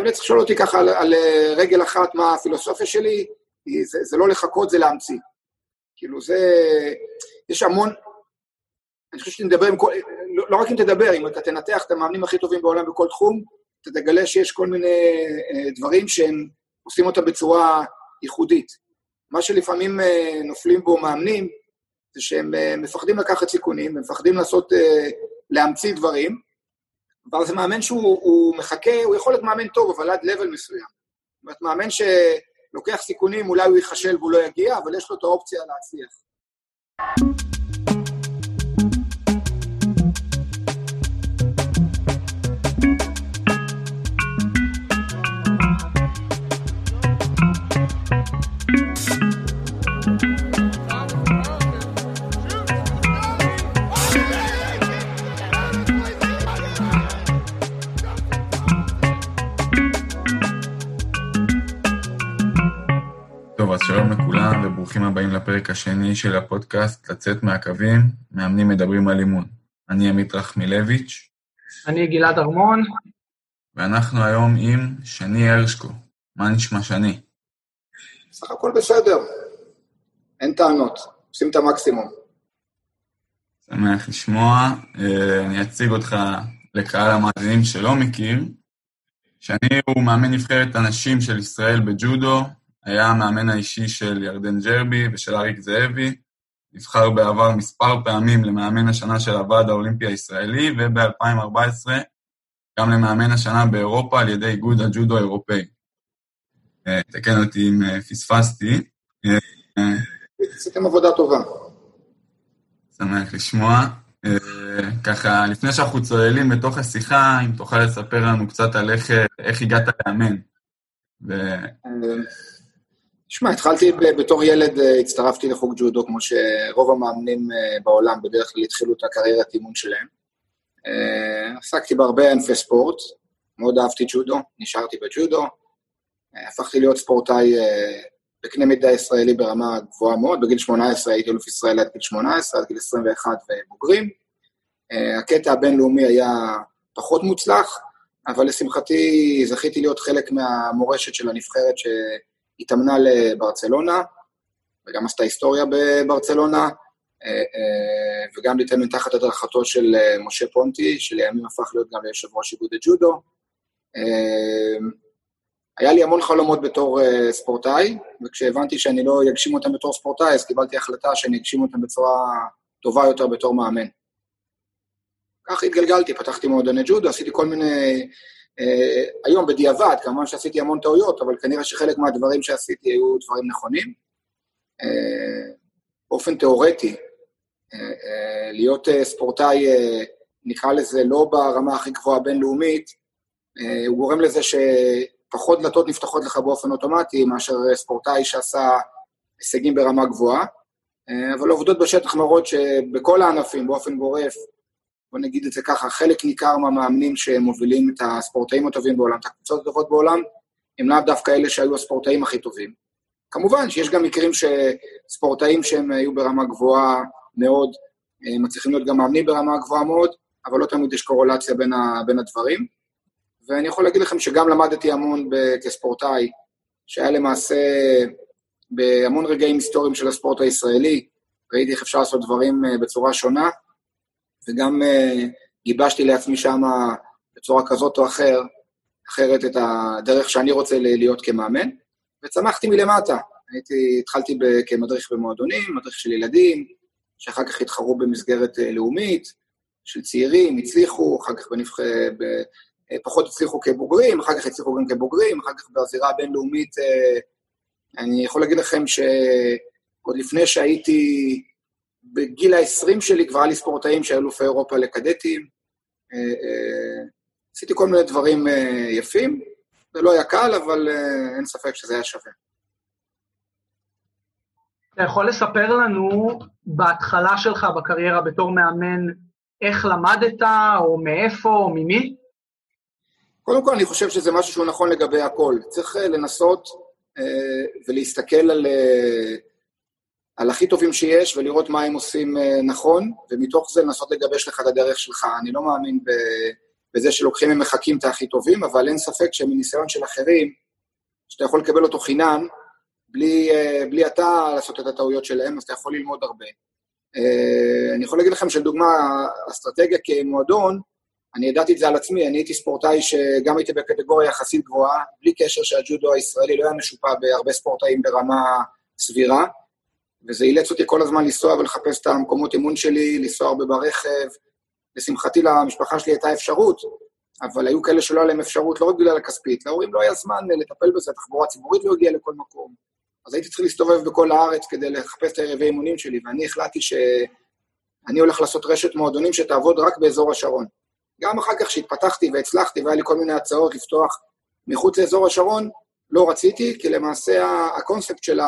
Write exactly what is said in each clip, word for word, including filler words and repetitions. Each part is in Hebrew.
אם צריך לשאול אותי ככה על, על רגל אחת מה הפילוסופיה שלי, זה, זה לא לחכות, זה להמציא. כאילו זה, יש המון, אני חושב שתדבר עם כל, לא, לא רק אם תדבר, אם אתה תנתח את המאמנים הכי טובים בעולם בכל תחום, אתה תגלה שיש כל מיני דברים שהם עושים אותם בצורה ייחודית. מה שלפעמים נופלים בו מאמנים, זה שהם מפחדים לקחת סיכונים, מפחדים לעשות, להמציא דברים, ואז המאמן שהוא מחכה, הוא יכול להיות מאמן טוב, אבל עד לבל מסוים. זאת אומרת, מאמן שלוקח סיכונים, אולי הוא יחשל והוא לא יגיע, אבל יש לו את האופציה להצליח. טוב, אז שלום לכולם וברוכים הבאים לפרק השני של הפודקאסט לצאת מהקווים, מאמנים מדברים על אימון. אני עמית רחמילביץ'. אני גלעד ארמון. ואנחנו היום עם שני הרשקו. מה נשמע שני? סך הכל בסדר. אין טענות. עושים את המקסימום. שמח לשמוע. אני אציג אותך לקהל המאזינים שלא מכיר. שני הוא מאמן נבחרת הנשים של ישראל בג'ודו, היה המאמן האישי של ירדן ג'רבי ושל אריק זאבי, נבחר בעבר מספר פעמים למאמן השנה של הוועד האולימפי הישראלי, וב-אלפיים וארבע עשרה גם למאמן השנה באירופה על ידי איגוד הג'ודו האירופאי. תקן אותי אם פספסתי. עשיתם עבודה טובה. שמח לשמוע. ככה, לפני שאנחנו צוללים בתוך השיחה, אם תוכל לספר לנו קצת על איך, איך הגעת לאמן. ו... תשמע, התחלתי בתור ילד, הצטרפתי לחוג ג'ודו, כמו שרוב המאמנים בעולם בדרך כלל התחילו את הקריירת אימון שלהם. עסקתי בהרבה ענפי ספורט, מאוד אהבתי ג'ודו, נשארתי בג'ודו, הפכתי להיות ספורטאי בקנה מידה ישראלי ברמה גבוהה מאוד, בגיל שמונה עשרה הייתי אלוף ישראל עד גיל שמונה עשרה, עד גיל עשרים ואחת ובוגרים. הקטע הבינלאומי היה פחות מוצלח, אבל לשמחתי זכיתי להיות חלק מהמורשת של הנבחרת שהתאמנה לברצלונה, וגם עשתה היסטוריה בברצלונה, וגם להתאמן תחת הדרכתו של משה פונטי, שלימים הפך להיות גם ליושב ראש איגוד הג'ודו. היה לי המון חלומות בתור ספורטאי, וכשהבנתי שאני לא אגשים אותם בתור ספורטאי, אז קיבלתי החלטה שאני אגשים אותם בצורה טובה יותר בתור מאמן. כך התגלגלתי, פתחתי מועדוני ג'ודו, עשיתי כל מיני, אה, היום בדיעבד, כמובן שעשיתי המון טעויות, אבל כנראה שחלק מהדברים שעשיתי היו דברים נכונים. אה, באופן תיאורטי, אה, אה, להיות אה, ספורטאי, אה, נקרא לזה לא ברמה הכי גבוהה בינלאומית, אה, הוא גורם לזה שפחות דלתות נפתחות לך באופן אוטומטי, מאשר ספורטאי שעשה הישגים ברמה גבוהה, אה, אבל עובדות בשטח מראות שבכל הענפים, באופן גורף, בוא נגיד את זה ככה, חלק ניכר מהמאמנים שמובילים את הספורטאים הטובים בעולם, את הקבוצות הטובות בעולם, הם לאו דווקא אלה שהיו הספורטאים הכי טובים. כמובן שיש גם מקרים שספורטאים שהם היו ברמה גבוהה מאוד, מצליחים להיות גם מאמנים ברמה גבוהה מאוד, אבל לא תמיד יש קורולציה בין, ה, בין הדברים. ואני יכול להגיד לכם שגם למדתי המון כספורטאי, שהיה למעשה בהמון רגעים היסטוריים של הספורט הישראלי, ראיתי איך אפשר לעשות דברים בצורה שונה, וגם uh, גיבשתי לעצמי שם בצורה כזאת או אחר, אחרת את הדרך שאני רוצה להיות כמאמן, וצמחתי מלמטה. הייתי, התחלתי ב, כמדריך במועדונים, מדריך של ילדים, שאחר כך התחרו במסגרת uh, לאומית, של צעירים, הצליחו, אחר כך בנבח... ב, uh, פחות הצליחו כבוגרים, אחר כך הצליחו גם כבוגרים, אחר כך בזירה הבינלאומית, uh, אני יכול להגיד לכם שעוד לפני שהייתי... בגיל ה-עשרים שלי כבר היה לי ספורטאים שהיו אלופי אירופה לקדטים, עשיתי כל מיני דברים יפים, זה לא היה קל, אבל אין ספק שזה היה שווה. אתה יכול לספר לנו בהתחלה שלך בקריירה בתור מאמן, איך למדת, או מאיפה, או ממי? קודם כל אני חושב שזה משהו שהוא נכון לגבי הכל, צריך לנסות ולהסתכל על... על הכי טובים שיש, ולראות מה הם עושים נכון, ומתוך זה לנסות לגבש לך את הדרך שלך. אני לא מאמין בזה שלוקחים הם מחכים את הכי טובים, אבל אין ספק שמניסיון של אחרים, שאתה יכול לקבל אותו חינם, בלי, בלי אתה לעשות את הטעויות שלהם, אז אתה יכול ללמוד הרבה. אני יכול להגיד לכם שלדוגמה, אסטרטגיה כמועדון, אני ידעתי את זה על עצמי, אני הייתי ספורטאי שגם הייתי בקטגוריה יחסית גבוהה, בלי קשר שהג'ודו הישראלי לא היה משופע בהרבה ספורטאים ברמה סבירה, וזה אילץ אותי כל הזמן לנסוע ולחפש את המקומות אימון שלי, לנסוע הרבה ברכב, לשמחתי למשפחה שלי הייתה אפשרות, אבל היו כאלה שלא היה להם אפשרות, לא רק בגלל הכספית, להורים לא היה זמן לטפל בזה, התחבורה הציבורית לא הגיעה לכל מקום, אז הייתי צריך להסתובב בכל הארץ כדי לחפש את הערבי אימונים שלי, ואני החלטתי שאני הולך לעשות רשת מועדונים שתעבוד רק באזור השרון. גם אחר כך שהתפתחתי והצלחתי, והיה לי כל מיני הצעות לפתוח מחוץ לאזור השרון, לא רציתי, כי למעשה הקונספט של, ה...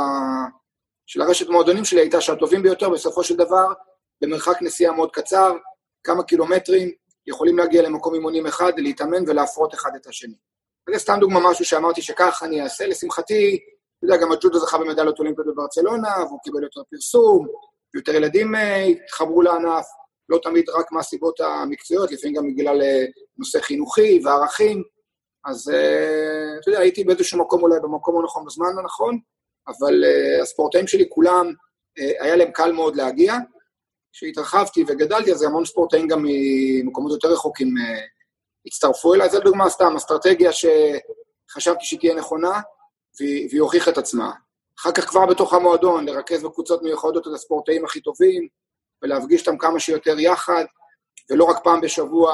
של הרשת מועדונים שלי הייתה שהטובים ביותר בסופו של דבר, במרחק נסיעה מאוד קצר, כמה קילומטרים, יכולים להגיע למקום אימונים אחד, להתאמן ולהפרות אחד את השני. וזה סתם דוגמה משהו שאמרתי שכך אני אעשה, לשמחתי, אתה יודע, גם הג'ודו זכה במדליות אולימפיות בברצלונה, והוא קיבל יותר פרסום, ויותר ילדים התחברו לענף, לא תמיד רק מהסיבות המקצועיות, לפעמים גם בגלל נושא חינוכי וערכים, אז אתה יודע, הייתי באיזשהו מקום אולי במקום הנכון, בזמן הנכון, אבל הספורטאים שלי כולם, היה להם קל מאוד להגיע, כשהתרחבתי וגדלתי, אז המון ספורטאים גם ממקומות יותר רחוקים הצטרפו אליי, זה לדוגמה סתם, אסטרטגיה שחשבתי שהיא תהיה נכונה, והיא הוכיחה את עצמה. אחר כך כבר בתוך המועדון, לרכז בקבוצות מיוחדות את הספורטאים הכי טובים, ולהפגיש אותם כמה שיותר יחד, ולא רק פעם בשבוע,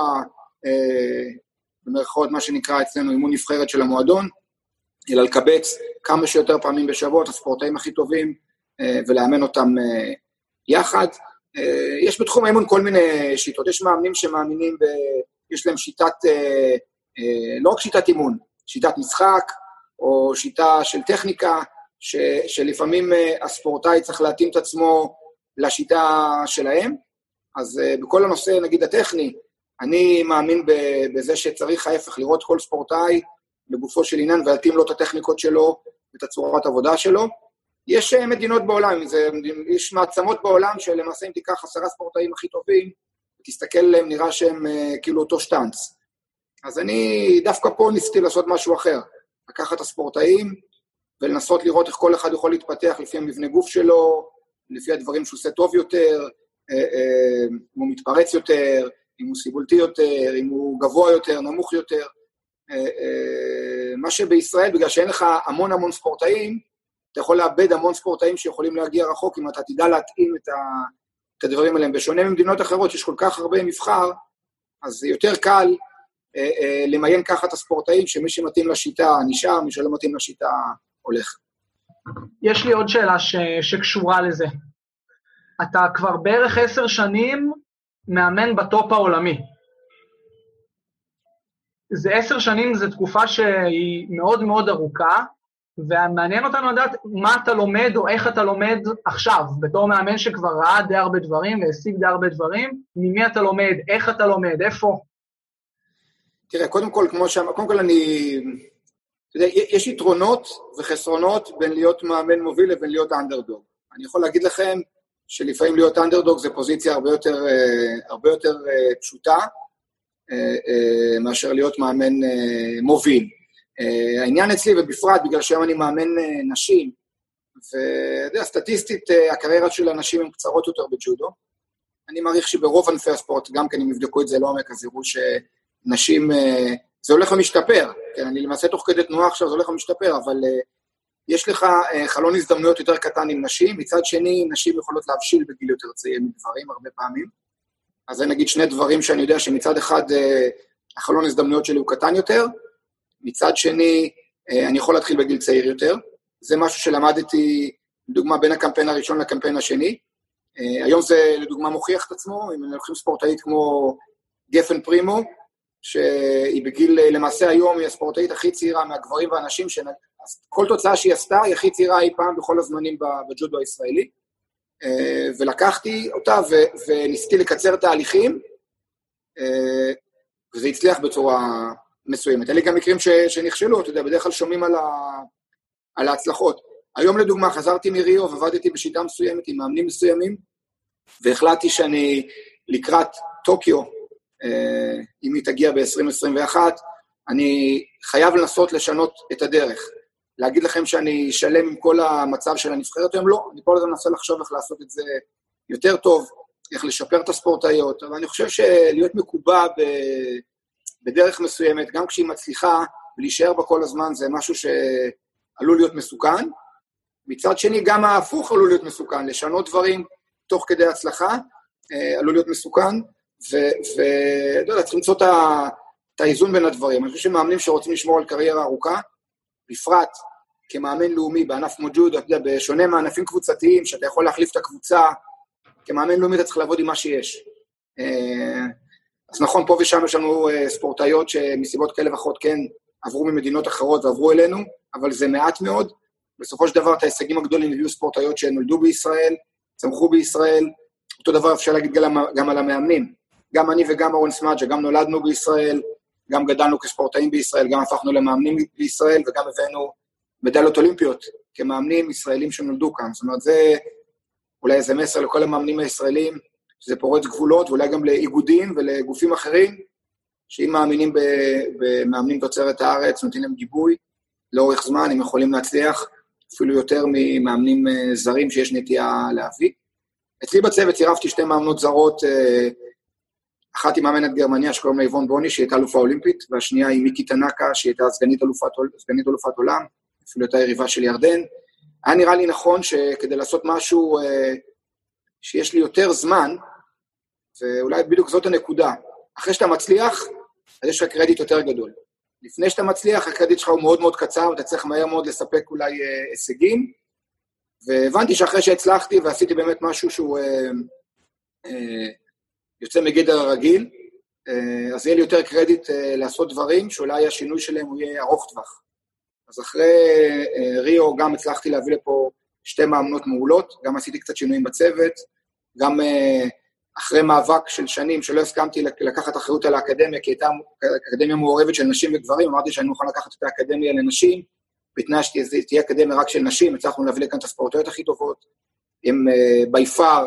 אה, במרכאות מה שנקרא אצלנו אימון נבחרת של המועדון, אלא לקבץ כמה שיותר פעמים בשבוע את הספורטאים הכי טובים, אה, ולאמן אותם אה, יחד. אה, יש בתחום האימון כל מיני שיטות, יש מאמנים שמאמינים, ב, יש להם שיטת, אה, אה, לא רק שיטת אימון, שיטת משחק, או שיטה של טכניקה, ש, שלפעמים אה, הספורטאי צריך להתאים את עצמו, לשיטה שלהם, אז uh, בכל הנושא, נגיד הטכני, אני מאמין בזה שצריך ההפך לראות כל ספורטאי לגופו של עניין, ולהתאים לו את הטכניקות שלו, את הצורת עבודה שלו. יש uh, מדינות בעולם, זה, יש מעצמות בעולם, שלמעשה אם תיקח עשרה ספורטאים הכי טובים, תסתכל עליהם, נראה שהם uh, כאילו אותו שטנץ. אז אני דווקא פה ניסיתי לעשות משהו אחר, לקחת את הספורטאים, ולנסות לראות איך כל אחד יכול להתפתח לפי המבנה גוף שלו, לפי הדברים שהוא עושה טוב יותר, אם הוא מתפרץ יותר, אם הוא סיבולתי יותר, אם הוא גבוה יותר, נמוך יותר. מה שבישראל, בגלל שאין לך המון המון ספורטאים, אתה יכול לאבד המון ספורטאים שיכולים להגיע רחוק, אם אתה תדע להתאים את הדברים עליהם. בשונה ממדינות אחרות, שיש כל כך הרבה מבחר, אז זה יותר קל למיין ככה את הספורטאים, שמי שמתאים לשיטה נשאר, מי שלא מתאים לשיטה הולך. יש לי עוד שאלה ש... שקשורה לזה. אתה כבר בערך עשר שנים מאמן בטופ העולמי. זה עשר שנים, זו תקופה שהיא מאוד מאוד ארוכה, ומעניין אותנו לדעת מה אתה לומד או איך אתה לומד עכשיו, בתור מאמן שכבר ראה די הרבה דברים והשיג די הרבה דברים, ממי אתה לומד, איך אתה לומד, איפה? תראה, קודם כל, כמו שאמר, קודם כל אני... יש יתרונות וחסרונות בין להיות מאמן מוביל לבין להיות אנדרדוג. אני יכול להגיד לכם שלפעמים להיות אנדרדוג זה פוזיציה הרבה יותר, הרבה יותר פשוטה, מאשר להיות מאמן מוביל. העניין אצלי, ובפרט בגלל שהיום אני מאמן נשים, ויודע, סטטיסטית הקריירה של הנשים הן קצרות יותר בג'ודו. אני מעריך שברוב ענפי הספורט, גם כן אם יבדקו את זה לעומק, אז יראו שנשים... זה הולך ומשתפר, כן, אני למעשה תוך כדי תנועה עכשיו, זה הולך ומשתפר, אבל uh, יש לך uh, חלון הזדמנויות יותר קטן עם נשים, מצד שני, נשים יכולות להבשיל בגיל יותר צעיר מדברים הרבה פעמים, אז זה נגיד שני דברים שאני יודע שמצד אחד, uh, החלון הזדמנויות שלי הוא קטן יותר, מצד שני, uh, אני יכול להתחיל בגיל צעיר יותר, זה משהו שלמדתי, לדוגמה, בין הקמפיין הראשון לקמפיין השני, uh, היום זה לדוגמה מוכיח את עצמו, אם לוקחים ספורטאית כמו גפן פרימו, שהיא בגיל, למעשה היום היא הספורטאית הכי צעירה מהגברים והאנשים, שכל תוצאה שהיא עשתה היא הכי צעירה אי פעם בכל הזמנים בג'ודו הישראלי, ולקחתי אותה וניסיתי לקצר תהליכים, וזה הצליח בצורה מסוימת. אלה גם מקרים שנכשלו, אתה יודע, בדרך כלל שומעים על, ה, על ההצלחות. היום לדוגמה חזרתי מריו ועבדתי בשיטה מסוימת עם מאמנים מסוימים, והחלטתי שאני לקראת טוקיו, אם היא תגיע ב-עשרים עשרים ואחת, אני חייב לנסות לשנות את הדרך. להגיד לכם שאני שלם עם כל המצב של הנבחרת היום, לא, אני כל הזמן מנסה לחשוב איך לעשות את זה יותר טוב, איך לשפר את הספורטאיות, אבל אני חושב שלהיות מקובע בדרך מסוימת, גם כשהיא מצליחה, ולהישאר בה כל הזמן, זה משהו שעלול להיות מסוכן. מצד שני, גם ההפוך עלול להיות מסוכן, לשנות דברים תוך כדי הצלחה, עלול להיות מסוכן, ולא יודע, צריך למצוא את האיזון בין הדברים. אני חושב שמאמנים שרוצים לשמור על קריירה ארוכה, בפרט כמאמן לאומי בענף כמו ג'ודו, בשונה מענפים קבוצתיים, שאתה יכול להחליף את הקבוצה, כמאמן לאומי אתה צריך לעבוד עם מה שיש. אז נכון, פה ושם יש לנו ספורטאיות שמסיבות כאלה ואחרות כן עברו ממדינות אחרות ועברו אלינו, אבל זה מעט מאוד. בסופו של דבר, את ההישגים הגדולים הביאו ספורטאיות שנולדו בישראל, צמחו בישראל, אותו דבר אפשר להגיד גם על המאמנים. גם אני וגם אורן סמאג'ה, גם נולדנו בישראל, גם גדלנו כספורטאים בישראל, גם הפכנו למאמנים בישראל, וגם הבאנו מדליות אולימפיות כמאמנים ישראלים שנולדו כאן. זאת אומרת, זה אולי איזה מסר לכל המאמנים הישראלים, שזה פורץ גבולות, ואולי גם לאיגודים ולגופים אחרים, שאם מאמינים במאמנים תוצרת הארץ, נותנים להם גיבוי, לאורך זמן הם יכולים להצליח, אפילו יותר ממאמנים זרים שיש נטייה להביא. אצלי בצוות צירפתי שתי מאמנות זרות, אחת היא מאמנת גרמניה שקוראים לה איבון בוני, שהיא הייתה אלופה אולימפית, והשנייה היא מיקי טנקה, שהיא הייתה סגנית אלופת, סגנית אלופת עולם, אפילו הייתה יריבה של ירדן. היה נראה לי נכון שכדי לעשות משהו שיש לי יותר זמן, ואולי בדיוק זאת הנקודה, אחרי שאתה מצליח, אז יש לך קרדיט יותר גדול. לפני שאתה מצליח, הקרדיט שלך הוא מאוד מאוד קצר, ואתה צריך מהר מאוד לספק אולי הישגים, והבנתי שאחרי שהצלחתי ועשיתי באמת משהו שהוא אה, אה, יוצא מגדר הרגיל, אה, אז יהיה לי יותר קרדיט אה, לעשות דברים, שאולי השינוי שלהם הוא יהיה ארוך טווח. אז אחרי אה, ריו גם הצלחתי להביא לפה שתי מאמנות מעולות, גם עשיתי קצת שינויים בצוות, גם אה, אחרי מאבק של שנים שלא הסכמתי לקחת אחריות על האקדמיה, כי הייתה אקדמיה מעורבת של נשים וגברים, אמרתי שאני מוכן לקחת את האקדמיה לנשים, בתנאי שתהיה אקדמיה רק של נשים, הצלחנו להביא לכאן את הספורטאיות הכי טובות, הן ביפר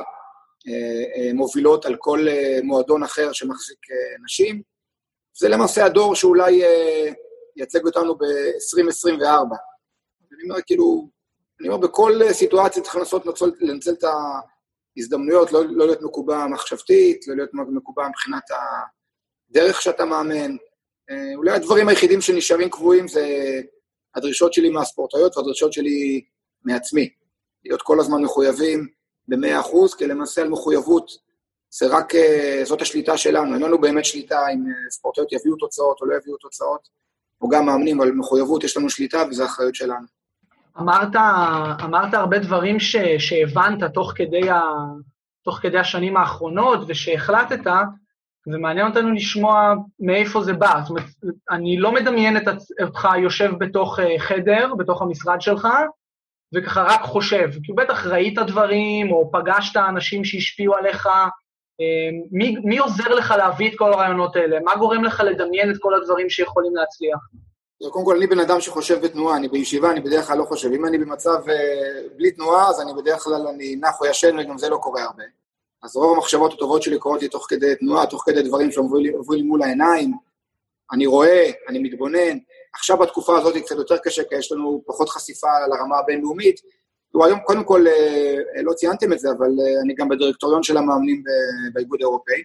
מובילות על כל מועדון אחר שמחזיק נשים, זה למעשה הדור שאולי ייצג אותנו ב-עשרים עשרים וארבע. אני אומר, כאילו, אני אומר, בכל סיטואציה צריך לנסות לנצל את ההזדמנויות, לא, לא להיות מקובע מחשבתית, לא להיות מקובע מבחינת הדרך שאתה מאמן. אולי הדברים היחידים שנשארים קבועים זה הדרישות שלי מהספורטאיות והדרישות שלי מעצמי. להיות כל הזמן מחויבים ב-מאה אחוז, כי למעשה על מחויבות זה רק, זאת השליטה שלנו. אין לנו באמת שליטה אם ספורטאיות יביאו תוצאות או לא יביאו תוצאות, או גם מאמנים, אבל מחויבות יש לנו שליטה וזה האחריות שלנו. אמרת, אמרת הרבה דברים ש, שהבנת תוך כדי, ה, תוך כדי השנים האחרונות ושהחלטת, ומעניין אותנו לשמוע מאיפה זה בא. זאת אומרת, אני לא מדמיין את אותך יושב בתוך חדר, בתוך המשרד שלך, וככה רק חושב, כי בטח ראית דברים, או פגשת אנשים שהשפיעו עליך, מי, מי עוזר לך להביא את כל הרעיונות האלה? מה גורם לך לדמיין את כל הדברים שיכולים להצליח? קודם כל, אני בן אדם שחושב בתנועה, אני בישיבה, אני בדרך כלל לא חושב. אם אני במצב בלי תנועה, אז אני בדרך כלל אני נח או ישן, וגם זה לא קורה הרבה. אז רוב המחשבות הטובות שלי קורות לי תוך כדי תנועה, תוך כדי דברים שעוברים לי מול העיניים. אני רואה, אני מתבונן. עכשיו בתקופה הזאת קצת יותר קשה, כי יש לנו פחות חשיפה לרמה הבינלאומית. היום, קודם כל, לא ציינתם את זה, אבל אני גם בדירקטוריון של המאמנים באיגוד האירופאי,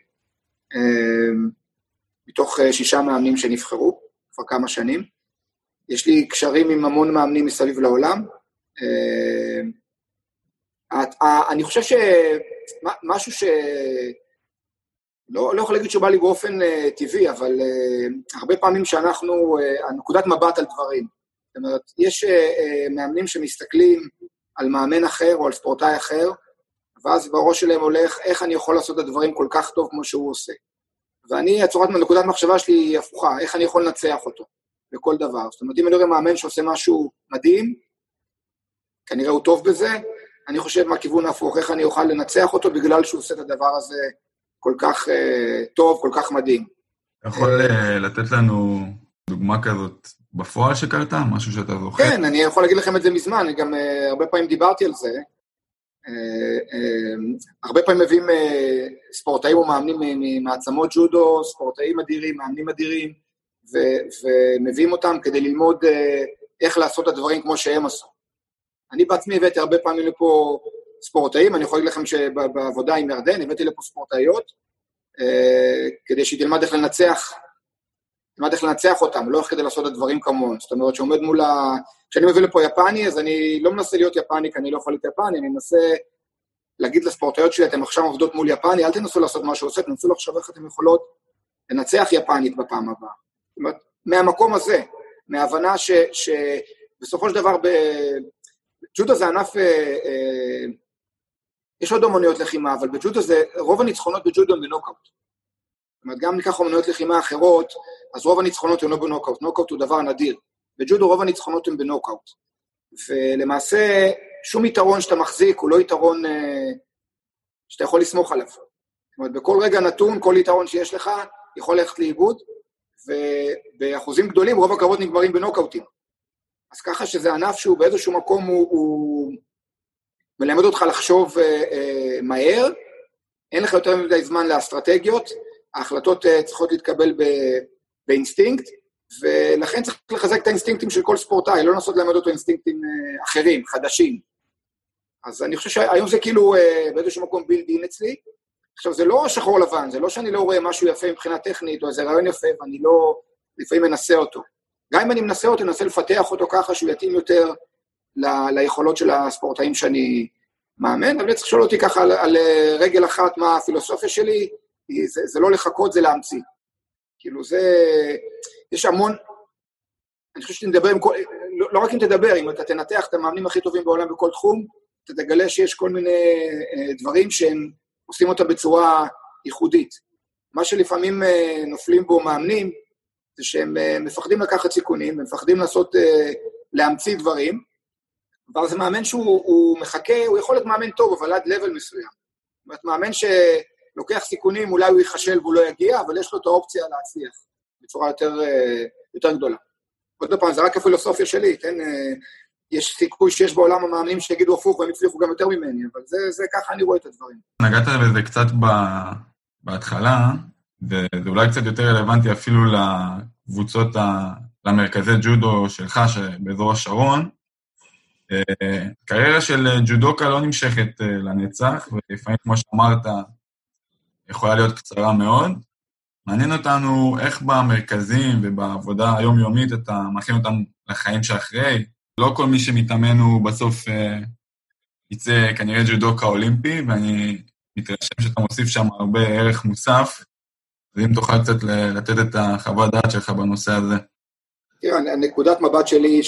מתוך שישה מאמנים שנבחרו, כבר כמה שנים. יש לי קשרים עם המון מאמנים מסביב לעולם. אני חושב שמשהו ש... לא, לא יכול להגיד שהוא בא לי באופן uh, טבעי, אבל uh, הרבה פעמים שאנחנו, uh, הנקודת מבט על דברים. זאת אומרת, יש uh, uh, מאמנים שמסתכלים על מאמן אחר או על ספורטאי אחר, ואז בראש שלהם הולך איך אני יכול לעשות את הדברים כל כך טוב כמו שהוא עושה. ואני, הצורת נקודת מחשבה שלי היא הפוכה, איך אני יכול לנצח אותו בכל דבר. זאת אומרת, אם אני רואה מאמן שעושה משהו מדהים, כנראה הוא טוב בזה, אני חושב מהכיוון ההפוך, איך אני אוכל לנצח אותו בגלל שהוא עושה את הדבר הזה כל כך uh, טוב, כל כך מדהים. אתה יכול uh, לתת לנו דוגמה כזאת בפועל שקרתה? משהו שאתה זוכר? כן, אני יכול להגיד לכם את זה מזמן, אני גם uh, הרבה פעמים דיברתי על זה. Uh, הרבה פעמים מביאים ספורטאים או מאמנים ממעצמות ג'ודו, ספורטאים אדירים, מאמנים אדירים, ומביאים אותם כדי ללמוד איך לעשות את הדברים כמו שהם עשו. אני בעצמי הבאתי הרבה פעמים לפה ספורטאים, אני יכול להגיד לכם שבעבודה עם ירדן, הבאתי לפה ספורטאיות, כדי שהיא תלמד איך לנצח, תלמד איך לנצח אותם, לא איך כדי לעשות את הדברים כמוהם. זאת אומרת, שעומד מול ה... כשאני מביא לפה יפני, אז אני לא מנסה להיות יפני, כי אני לא יכול להיות יפני, אני מנסה להגיד לספורטאיות שלי, אתם עכשיו עובדות מול יפני, אל תנסו לעשות מה שעושה, תנסו לחשוב איך אתם יכולות לנצח יפנית בפעם הבאה. זאת אומרת, מהמקום הזה, מההבנה ש... שבסופו של דבר, ב... ג'ודו זה ענף, אה, אה, יש עוד אומנויות לחימה, אבל בג'ודו זה, רוב הניצחונות בג'ודו הם בנוקאוט. זאת אומרת, גם ניקח אומנויות לחימה אחרות, אז רוב הניצחונות הם לא בנוקאוט, נוקאוט הוא דבר נדיר. בג'ודו רוב הניצחונות הם בנוקאוט. ולמעשה, שום יתרון שאתה מחזיק הוא לא יתרון אה, שאתה יכול לסמוך עליו. זאת אומרת, בכל רגע נתון, כל יתרון שיש לך, יכול ללכת לאיבוד, ובאחוזים גדולים רוב הקרבות נגמרים בנוקאוטים. אז ככה שזה ענף שהוא באיזשהו מקום הוא, הוא מלמד אותך לחשוב אה, אה, מהר, אין לך יותר מדי זמן לאסטרטגיות, ההחלטות אה, צריכות להתקבל ב, באינסטינקט, ולכן צריך לחזק את האינסטינקטים של כל ספורטאי, לא לנסות ללמד אותו אינסטינקטים אה, אחרים, חדשים. אז אני חושב שהיום זה כאילו אה, באיזשהו מקום בילד-אין אצלי, עכשיו זה לא שחור לבן, זה לא שאני לא רואה משהו יפה מבחינה טכנית, או איזה רעיון יפה, ואני לא לפעמים מנסה אותו. גם אם אני מנסה אותו, אני מנסה לפתח אותו ככה, שהוא יתאים יותר ל- ליכולות של הספורטאים שאני מאמן, אבל צריך לשאול אותי ככה על, על רגל אחת מה הפילוסופיה שלי, זה, זה לא לחכות, זה להמציא. כאילו זה, יש המון, אני חושב שתדבר עם כל, לא, לא רק אם תדבר, אם אתה תנתח את המאמנים הכי טובים בעולם בכל תחום, אתה תגלה שיש כל מיני דברים שהם עושים אותה בצורה ייחודית. מה שלפעמים נופלים בו מאמנים, זה שהם מפחדים לקחת סיכונים, מפחדים לעשות, להמציא דברים, אבל זה מאמן שהוא מחכה, הוא יכול להיות מאמן טוב, אבל עד לבל מסוים. זאת אומרת, מאמן שלוקח סיכונים, אולי הוא יחשל והוא לא יגיע, אבל יש לו את האופציה להצליח, בצורה יותר, יותר גדולה. עוד פעם, זה רק הפילוסופיה שלי, כן? יש סיכוי שיש בעולם המאמנים שיגידו הפוך, והם הצליחו גם יותר ממני, אבל זה, זה ככה אני רואה את הדברים. נגעת בזה קצת בהתחלה, וזה אולי קצת יותר רלוונטי אפילו לקבוצות, למרכזי ג'ודו שלך, שבאזור השרון. קריירה של ג'ודוקה לא נמשכת לנצח, ולפעמים, כמו שאמרת, יכולה להיות קצרה מאוד. מעניין אותנו איך במרכזים ובעבודה היומיומית אתה מכין אותם לחיים שאחרי. לא כל מי שמתאמן הוא בסוף יצא כנראה ג'ודוקה אולימפי, ואני מתרשם שאתה מוסיף שם הרבה ערך מוסף, ואם תוכל קצת לתת את החוות דעת שלך בנושא הזה. תראה, הנקודת מבט שלי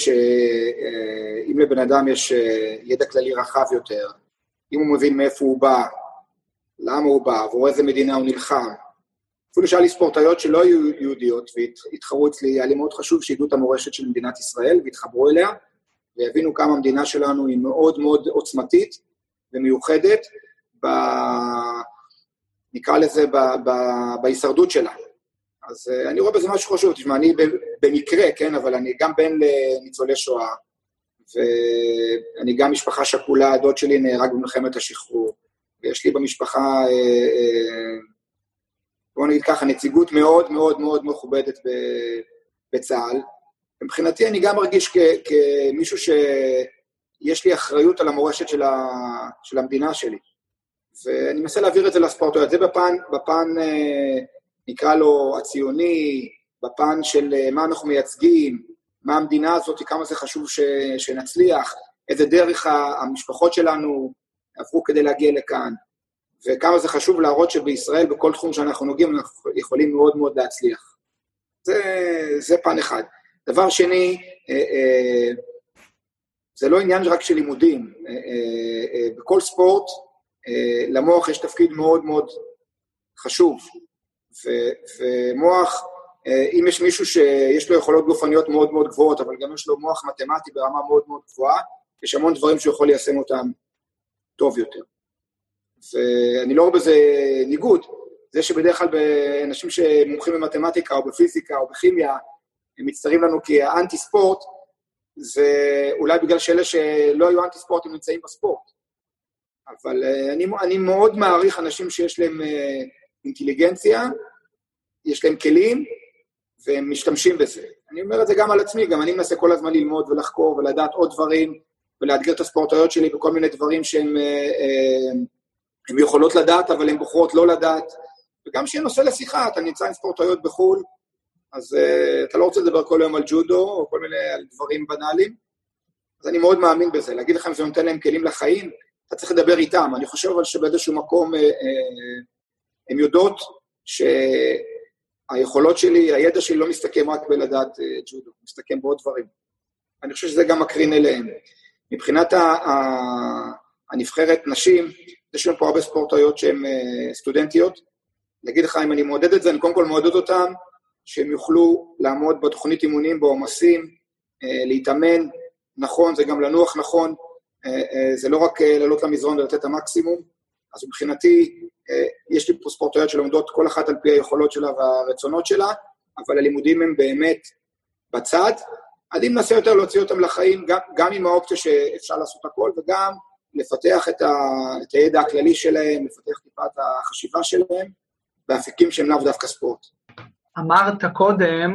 שאם לבן אדם יש ידע כללי רחב יותר, אם הוא מבין מאיפה הוא בא, למה הוא בא, ועבור איזה מדינה הוא נלחם, אפילו שהיה לי ספורטאיות שלא היו יהודיות והתחרו אצלי, היה לי מאוד חשוב שידעו את המורשת של מדינת ישראל והתחברו אליה, ויבינו כמה המדינה שלנו היא מאוד מאוד עוצמתית ומיוחדת, ב... נקרא לזה ב... ב... בהישרדות שלה. אז uh, אני רואה בזה משהו חשוב, תשמע, אני במקרה, כן, אבל אני גם בן לניצולי שואה, ואני גם משפחה שכולה, הדוד שלי נהרג במלחמת השחרור, ויש לי במשפחה, uh, uh, בואו נגיד ככה, נציגות מאוד מאוד מאוד מכובדת בצה"ל. מבחינתי אני גם מרגיש כ- כמישהו שיש לי אחריות על המורשת של, ה- של המדינה שלי. ואני מנסה להעביר את זה לספורטאיות. זה בפן, בפן נקרא לו הציוני, בפן של מה אנחנו מייצגים, מה המדינה הזאת, כמה זה חשוב ש- שנצליח, איזה דרך המשפחות שלנו עברו כדי להגיע לכאן. וכמה זה חשוב להראות שבישראל, בכל תחום שאנחנו נוגעים, אנחנו יכולים מאוד מאוד להצליח. זה, זה פן אחד. דבר שני, אה, אה, זה לא עניין רק של לימודים. אה, אה, בכל ספורט, אה, למוח יש תפקיד מאוד מאוד חשוב. ו, ומוח, אה, אם יש מישהו שיש לו יכולות גופניות מאוד מאוד גבוהות, אבל גם יש לו מוח מתמטי ברמה מאוד מאוד גבוהה, יש המון דברים שהוא יכול ליישם אותם טוב יותר. ואני לא רואה בזה ניגוד, זה שבדרך כלל באנשים שמומחים במתמטיקה או בפיזיקה או בכימיה, הם מצטרים לנו כאנטי ספורט, זה אולי בגלל שאלה שלא היו אנטי ספורט הם נמצאים בספורט. אבל אני, אני מאוד מעריך אנשים שיש להם אינטליגנציה, יש להם כלים, והם משתמשים בזה. אני אומר את זה גם על עצמי, גם אני מנסה כל הזמן ללמוד ולחקור ולדעת עוד דברים, ולאתגר את הספורטאיות שלי בכל מיני דברים שהם הם יכולות לדעת, אבל הן בוחרות לא לדעת, וגם שיהיה נושא לשיחה, אתה נמצא עם ספורטאיות בחול, אז uh, אתה לא רוצה לדבר כל היום על ג'ודו, או כל מיני על דברים בנאליים, אז אני מאוד מאמין בזה, להגיד לכם שזה נותן להם כלים לחיים, אתה צריך לדבר איתם, אני חושב אבל שבאיזשהו מקום, uh, uh, הם יודעות שהיכולות שלי, הידע שלי לא מסתכם רק בלדעת uh, ג'ודו, מסתכם בעוד דברים, אני חושב שזה גם מקרין אליהם. מבחינת ה- ה- הנבחרת נשים, יש לנו פה הרבה ספורטאיות שהן uh, סטודנטיות, להגיד לך אם אני מעודד את זה, אני קודם כל מעודד אותם, שהם יוכלו לעמוד בתוכנית אימונים בעומסים, להתאמן נכון, זה גם לנוח נכון, זה לא רק לעלות למזרון ולתת את המקסימום, אז מבחינתי יש לי פה ספורטאיות שלומדות כל אחת על פי היכולות שלה והרצונות שלה, אבל הלימודים הם באמת בצד, אני מנסה יותר להוציא אותם לחיים, גם, גם עם האופציה שאפשר לעשות הכל, וגם לפתח את, ה, את הידע הכללי שלהם, לפתח טיפה את החשיבה שלהם, באפיקים שהם לאו דווקא ספורט. אמרת קודם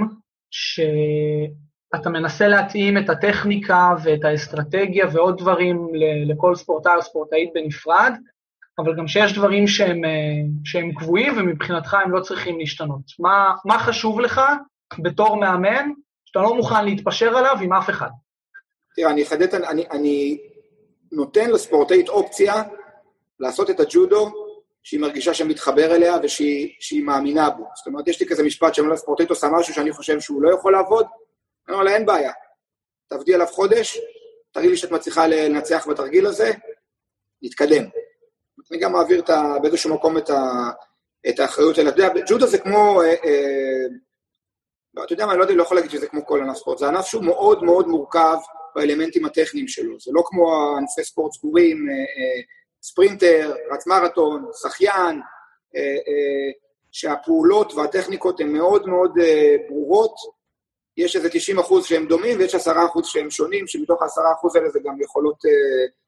שאתה מנסה להתאים את הטכניקה ואת האסטרטגיה ועוד דברים לכל ספורטאי או ספורטאית בנפרד, אבל גם שיש דברים שהם, שהם קבועים ומבחינתך הם לא צריכים להשתנות. מה, מה חשוב לך בתור מאמן שאתה לא מוכן להתפשר עליו עם אף אחד? תראה, אני אחדד, אני, אני נותן לספורטאית אופציה לעשות את הג'ודו שהיא מרגישה שמתחבר אליה ושהיא שהיא מאמינה בו. זאת אומרת, יש לי כזה משפט שאומר לספורטאית עושה משהו שאני חושב שהוא לא יכול לעבוד, אני אומר לה, אין בעיה. תעבדי עליו חודש, תראי לי שאת מצליחה לנצח בתרגיל הזה, נתקדם. אני גם מעביר את ה, באיזשהו מקום את, ה, את האחריות אליה. אתה יודע, ג'ודו זה כמו, אה, אה, לא, אתה יודע מה, אני לא יודע, לא יכול להגיד שזה כמו כל ענף ספורט, זה ענף שהוא מאוד מאוד מורכב באלמנטים הטכניים שלו, זה לא כמו ענפי ספורט סגורים, אה, אה, ספרינטר, רץ מרתון, שחיין, אה, אה, שהפעולות והטכניקות הן מאוד מאוד אה, ברורות, יש איזה תשעים אחוז שהם דומים, ויש עשרה אחוז שהם שונים, שמתוך ה-עשרה אחוז האלה זה גם יכולות, אה,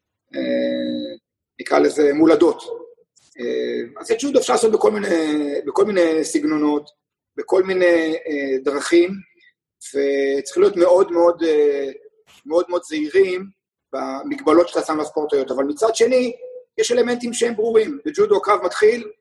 אה, נקרא לזה, מולדות. אה, אז את ג'ודו אפשר לעשות בכל מיני, בכל מיני סגנונות, בכל מיני אה, דרכים, וצריך להיות מאוד מאוד, אה, מאוד מאוד זהירים במגבלות שאתה שם לספורטאיות, אבל מצד שני, יש אלמנטים שהם ברורים. בג'ודו הקרב מתחיל,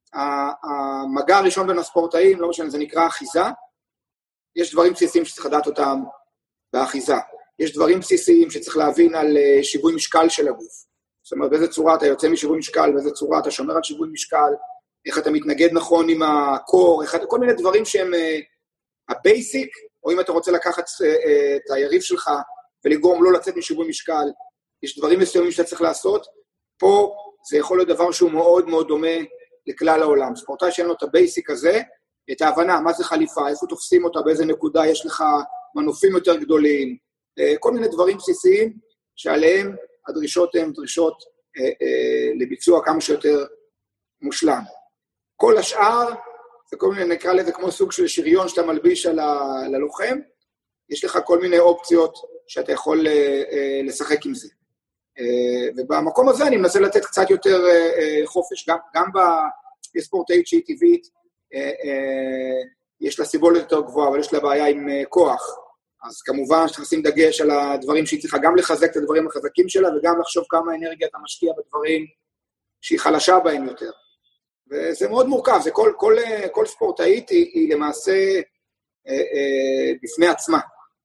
המגע הראשון בין הספורטאים, לא משנה, זה נקרא אחיזה, יש דברים בסיסיים שצריך לדעת אותם באחיזה. יש דברים בסיסיים שצריך להבין על שיווי משקל של הגוף. זאת אומרת, באיזה צורה אתה יוצא משיווי משקל, באיזה צורה אתה שומר על שיווי משקל, איך אתה מתנגד נכון עם הקור, איך, כל מיני דברים שהם הבייסיק, או אם אתה רוצה לקחת את היריב שלך ולגרום לא לצאת משיווי משקל, יש דברים מסוימים שאתה צריך לעשות, פה זה יכול להיות דבר שהוא מאוד מאוד דומה לכלל העולם. ספורטאי שאין לו את הבייסיק הזה, את ההבנה, מה זה חליפה, איפה תופסים אותה, באיזה נקודה יש לך מנופים יותר גדולים, כל מיני דברים בסיסיים שעליהם הדרישות הן דרישות אה, אה, לביצוע כמה שיותר מושלם. כל השאר, זה כל מיני, נקרא לזה כמו סוג של שריון שאתה מלביש על הלוחם, יש לך כל מיני אופציות שאתה יכול אה, אה, לשחק עם זה. אה, ובמקום הזה אני מנסה לתת קצת יותר אה, אה, חופש, גם, גם בספורטאית שהיא טבעית, אה, אה, יש לה סיבולת יותר גבוהה, אבל יש לה בעיה עם אה, כוח, אז כמובן שצריך לשים דגש על הדברים שהיא צריכה גם לחזק את הדברים החזקים שלה, וגם לחשוב כמה אנרגיה אתה משקיע בדברים שהיא חלשה בהם יותר. וזה מאוד מורכב, זה כל, כל, כל ספורטאית היא, היא למעשה אה, אה, בפני עצמה.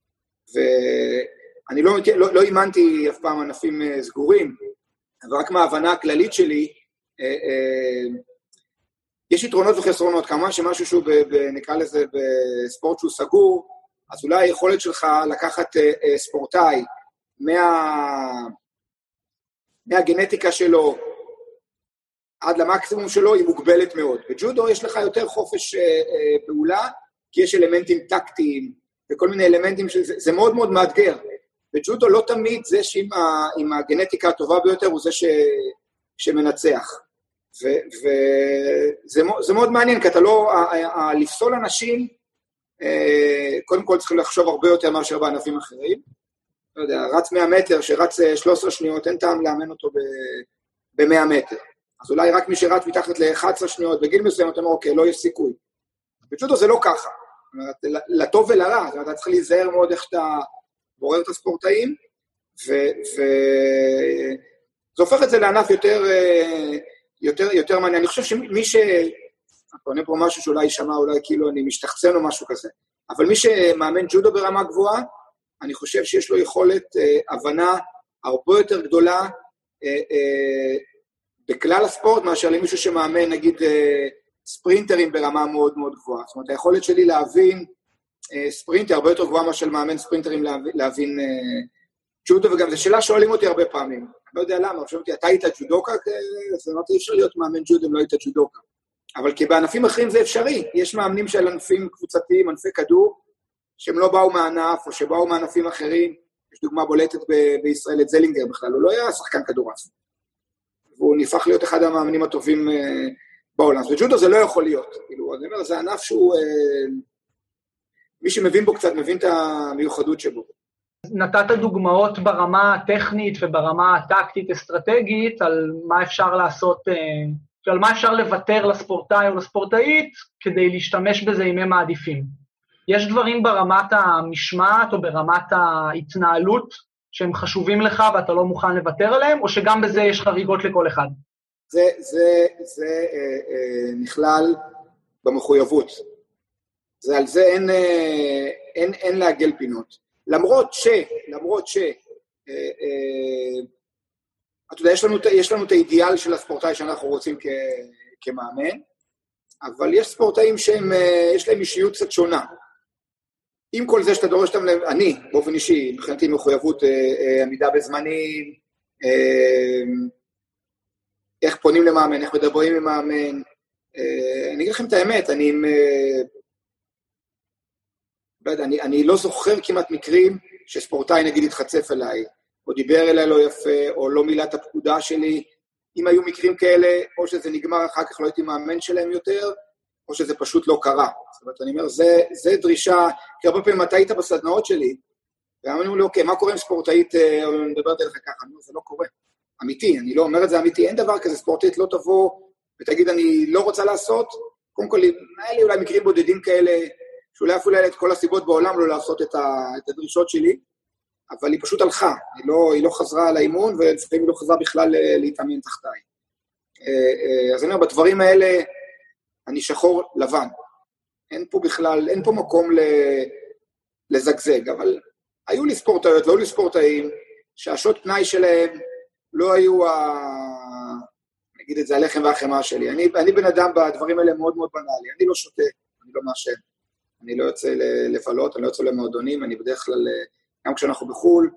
ואני לא, לא, לא אימנתי אף פעם ענפים אה, סגורים, אבל רק מההבנה הכללית שלי, אה, אה, יש יתרונות וחסרונות, כמה שמשהו שהוא, ב, ב, נקרא לזה, בספורט שהוא סגור, אז אולי היכולת שלך לקחת אה, אה, ספורטאי מה, מהגנטיקה שלו עד למקסימום שלו היא מוגבלת מאוד. בג'ודו יש לך יותר חופש אה, אה, פעולה, כי יש אלמנטים טקטיים וכל מיני אלמנטים שזה זה מאוד מאוד מאתגר. בג'ודו לא תמיד זה שעם ה, עם הגנטיקה הטובה ביותר הוא זה ש, שמנצח. וזה זה מאוד מעניין, כי אתה לא, ה, ה, ה, לפסול אנשים, קודם כל צריכים לחשוב הרבה יותר מאשר בענפים אחרים. לא יודע, רץ מאה מטר, שרץ שלוש עשרה שניות, אין טעם לאמן אותו ב-מאה מטר. אז אולי רק מי שרץ מתחת ל-אחת עשרה שניות, בגיל מסוים, אתה אומר, אוקיי, לא יש סיכוי. בג'ודו זה לא ככה. זאת אומרת, לטוב ולרע, אתה צריך להיזהר מאוד איך שאתה בורר את הספורטאים, וזה הופך את זה לענף יותר, יותר, יותר מעניין. אני חושב שמי ש... אני עונה פה משהו שאולי יישמע, אולי כאילו אני משתחצן או משהו כזה, אבל מי שמאמן ג'ודו ברמה גבוהה, אני חושב שיש לו יכולת הבנה הרבה יותר גדולה בכלל הספורט, מאשר למישהו שמאמן, נגיד, ספרינטרים ברמה מאוד מאוד גבוהה. זאת אומרת, היכולת שלי להבין ספרינטר הרבה יותר גבוהה מאשר מאמן ספרינטרים להבין ג'ודו, וגם זו שאלה שואלים אותי הרבה פעמים. אני לא יודע למה, חושבים אותי, אתה היית ג'ודוקה? אז אמרתי, אי אפשר להיות מאמן ג'ודו אם לא היית ג'ודוקה. אבל כי בענפים אחרים זה אפשרי. יש מאמנים של ענפים קבוצתיים, ענפי כדור, שהם לא באו מהענף, או שבאו מענפים אחרים. יש דוגמה בולטת ב- בישראל את זלינגר בכלל, הוא לא היה שחקן כדורעף. והוא נהפך להיות אחד המאמנים הטובים uh, בעולם. וג'ודו זה לא יכול להיות. כאילו, אני אומר, זה ענף שהוא... Uh, מי שמבין בו קצת, מבין את המיוחדות שבו. נתת דוגמאות ברמה הטכנית וברמה הטקטית אסטרטגית, על מה אפשר לעשות... Uh... על מה אפשר לוותר לספורטאי או לספורטאית, כדי להשתמש בזה אם הם מעדיפים. יש דברים ברמת המשמעת או ברמת ההתנהלות, שהם חשובים לך ואתה לא מוכן לוותר עליהם, או שגם בזה יש חריגות לכל אחד? זה, זה, זה אה, אה, נכלל במחויבות. זה, על זה אין, אה, אין, אין להגל פינות. למרות ש, למרות ש, אה, אה, אתה יודע, יש לנו, יש לנו את האידיאל של הספורטאי שאנחנו רוצים כ, כמאמן, אבל יש ספורטאים שהם, יש להם אישיות קצת שונה. עם כל זה שאתה דורש אותם, אני, באופן אישי, מבחינתי מחויבות עמידה בזמנים, איך פונים למאמן, איך מדברים עם מאמן. אני אגיד לכם את האמת, אני, לא יודע, אני, אני לא זוכר כמעט מקרים שספורטאי נגיד התחצף אליי, או דיבר אליי לא יפה, או לא מילא את הפקודה שלי. אם היו מקרים כאלה, או שזה נגמר אחר כך, לא הייתי מאמן שלהם יותר, או שזה פשוט לא קרה. זאת אומרת, אני אומר, זה, זה דרישה, כי הרבה פעמים אתה היית בסדנאות שלי, ואמרנו לי, אוקיי, מה קורה עם ספורטאית, או אני מדברת אליך ככה, אני אומר, זה לא קורה. אמיתי, אני לא אומר את זה אמיתי, אין דבר כזה, ספורטאית לא תבוא, ותגיד, אני לא רוצה לעשות, קודם כל, היה לי אולי מקרים בודדים כאלה, שאולי אפילו היה את כל הסיבות בעולם לא לעשות את, ה, את הדרישות שלי, אבל היא פשוט הלכה, היא לא, היא לא חזרה על האימון, ולפעמים היא לא חזרה בכלל להתאמן תחתיי. אז אני אומר, בדברים האלה, אני שחור לבן. אין פה בכלל, אין פה מקום לזגזג, אבל היו לי ספורטאיות, והיו לי ספורטאים, שהשעות פנאי שלהם לא היו, ה... נגיד את זה, הלחם והחמה שלי. אני, אני בן אדם בדברים האלה מאוד מאוד בנאלי, אני לא שותה, אני לא מאשן, אני לא יוצא לבלות, אני לא יוצא למועדונים, אני בדרך כלל... גם כשאנחנו בחול,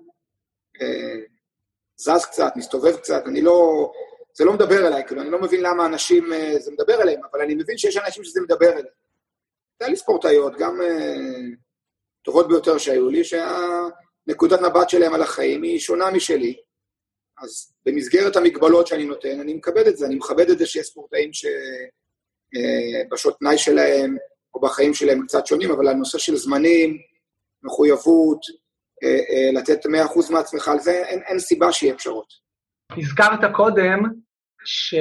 זז קצת, מסתובב קצת, אני לא, זה לא מדבר אליי, כאילו, אני לא מבין למה אנשים, זה מדבר אליהם, אבל אני מבין שיש אנשים שזה מדבר אליהם. היה לי ספורטאיות, גם טובות ביותר שהיו לי, שהנקודת מבט שלהם על החיים היא שונה משלי, אז במסגרת המגבלות שאני נותן, אני מכבד את זה, אני מכבד את זה שיש ספורטאים שבשעות תנאי שלהם, או בחיים שלהם קצת שונים, אבל הנושא של זמנים, מחויבות, לתת מאה אחוז מעצמך על זה, אין, אין סיבה שיהיה פשרות. הזכרת קודם ש...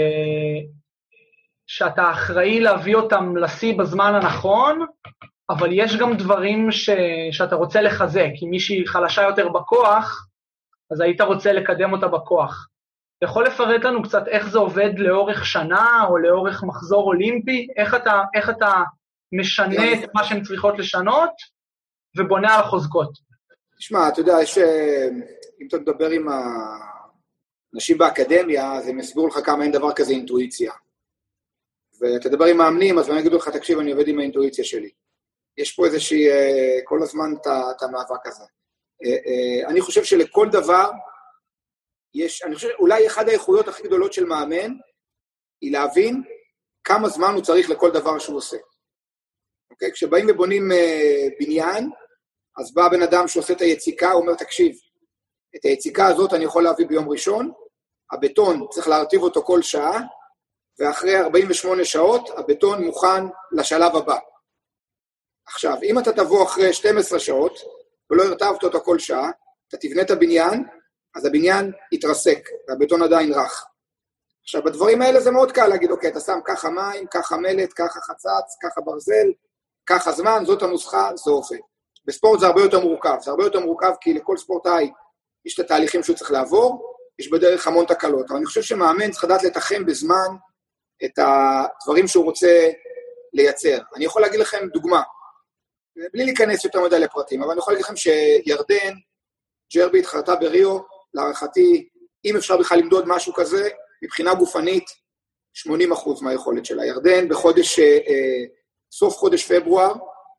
שאתה אחראי להביא אותם לשיא בזמן הנכון, אבל יש גם דברים ש... שאתה רוצה לחזק. אם מישהי חלשה יותר בכוח, אז היית רוצה לקדם אותה בכוח. אתה יכול לפרט לנו קצת איך זה עובד לאורך שנה, או לאורך מחזור אולימפי? איך אתה, איך אתה משנה את מה שהן צריכות לשנות, ובונה על החוזקות? תשמע, אתה יודע, יש, אם אתה מדבר עם האנשים באקדמיה, אז הם יסבירו לך כמה אין דבר כזה אינטואיציה. ואתה תדבר עם מאמנים, אז אני אגיד לך, תקשיב, אני עובד עם האינטואיציה שלי. יש פה איזושהי, כל הזמן את המאבק הזה. אני חושב שלכל דבר, יש, אני חושב, אולי אחד האיכויות הכי גדולות של מאמן, היא להבין כמה זמן הוא צריך לכל דבר שהוא עושה. אוקיי? כשבאים ובונים בניין, אז בא בן אדם שעושה את היציקה, הוא אומר, תקשיב, את היציקה הזאת אני יכול להביא ביום ראשון, הבטון צריך להרטיב אותו כל שעה, ואחרי ארבעים ושמונה שעות, הבטון מוכן לשלב הבא. עכשיו, אם אתה תבוא אחרי שתים עשרה שעות, ולא הרטבת אותו כל שעה, אתה תבנה את הבניין, אז הבניין יתרסק, והבטון עדיין רך. עכשיו, בדברים האלה זה מאוד קל להגיד, אוקיי, אתה שם ככה מים, ככה מלט, ככה חצץ, ככה ברזל, ככה זמן, זאת הנוסחה, זה עובד. בספורט זה הרבה יותר מורכב, זה הרבה יותר מורכב כי לכל ספורטאי יש את התהליכים שהוא צריך לעבור, יש בדרך המון תקלות, אבל אני חושב שמאמן צריך לדעת לתחם בזמן את הדברים שהוא רוצה לייצר. אני יכול להגיד לכם דוגמה, בלי להיכנס יותר מדי לפרטים, אבל אני יכול להגיד לכם שירדן, ג'רבי התחרתה בריו, להערכתי, אם אפשר בכלל למדוד משהו כזה, מבחינה גופנית, שמונים אחוז מהיכולת שלה. ירדן בחודש, אה, סוף חודש פברואר,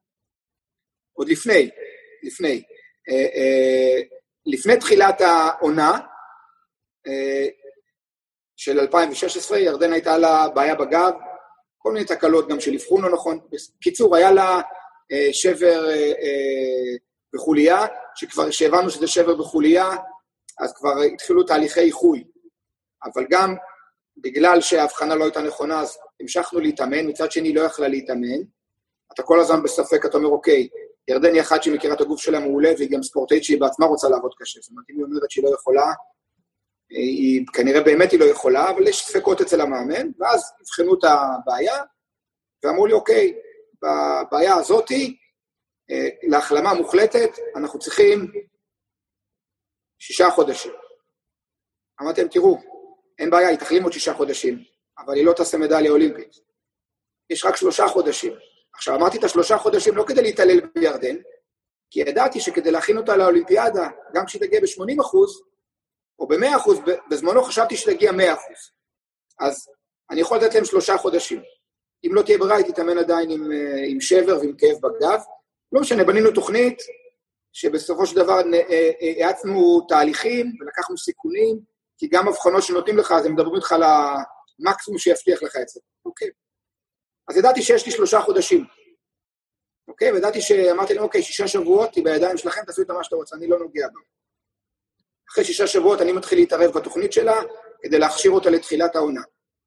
עוד לפני, לפני, אה, אה, לפני תחילת העונה, אה, של אלפיים ושש עשרה, ירדן הייתה לה בעיה בגב, כל מיני תקלות גם של אבחון לא נכון. בקיצור, היה לה אה, שבר אה, אה, בחוליה, שכבר שהבנו שזה שבר בחוליה, אז כבר התחילו תהליכי איחוי. אבל גם בגלל שההבחנה לא הייתה נכונה, אז המשכנו להתאמן, מצד שני לא יכלה להתאמן. אתה כל הזמן בספק, אתה אומר, אוקיי, ירדן היא אחת שמכירה את הגוף שלה מעולה, והיא גם ספורטאית שהיא בעצמה רוצה לעבוד קשה. זאת אומרת, אם היא אומרת שהיא לא יכולה, היא כנראה באמת היא לא יכולה, אבל יש ספקות אצל המאמן, ואז הבחנו את הבעיה, ואמרו לי, אוקיי, בבעיה הזאת, להחלמה מוחלטת, אנחנו צריכים שישה חודשים. אמרתם, תראו, אין בעיה, היא תחלים עוד שישה חודשים, אבל היא לא תעשה מדליה אולימפית. יש רק שלושה חודשים. עכשיו, אמרתי את השלושה חודשים לא כדי להתעלל בירדן, כי ידעתי שכדי להכין אותה לאולימפיאדה, גם כשהיא תגיע ב-שמונים אחוז, או ב-מאה אחוז, בזמנו חשבתי שתגיע מאה אחוז. אז אני יכול לתת להם שלושה חודשים. אם לא תהיה ברירה, היא תתאמן עדיין עם, עם שבר ועם כאב בגב. לא משנה, בנינו תוכנית, שבסופו של דבר העצנו תהליכים, ולקחנו סיכונים, כי גם הבחנות שנותנים לך, אז הם מדברים איתך על המקסימום שיבטיח לך את זה. אוקיי. אז ידעתי שיש לי שלושה חודשים. אוקיי, וידעתי שאמרתי להם, אוקיי, שישה שבועות, היא בידיים שלכם, תעשו את מה שאתה רוצה, אני לא נוגע בה. אחרי שישה שבועות אני מתחיל להתערב בתוכנית שלה, כדי להכשיר אותה לתחילת העונה.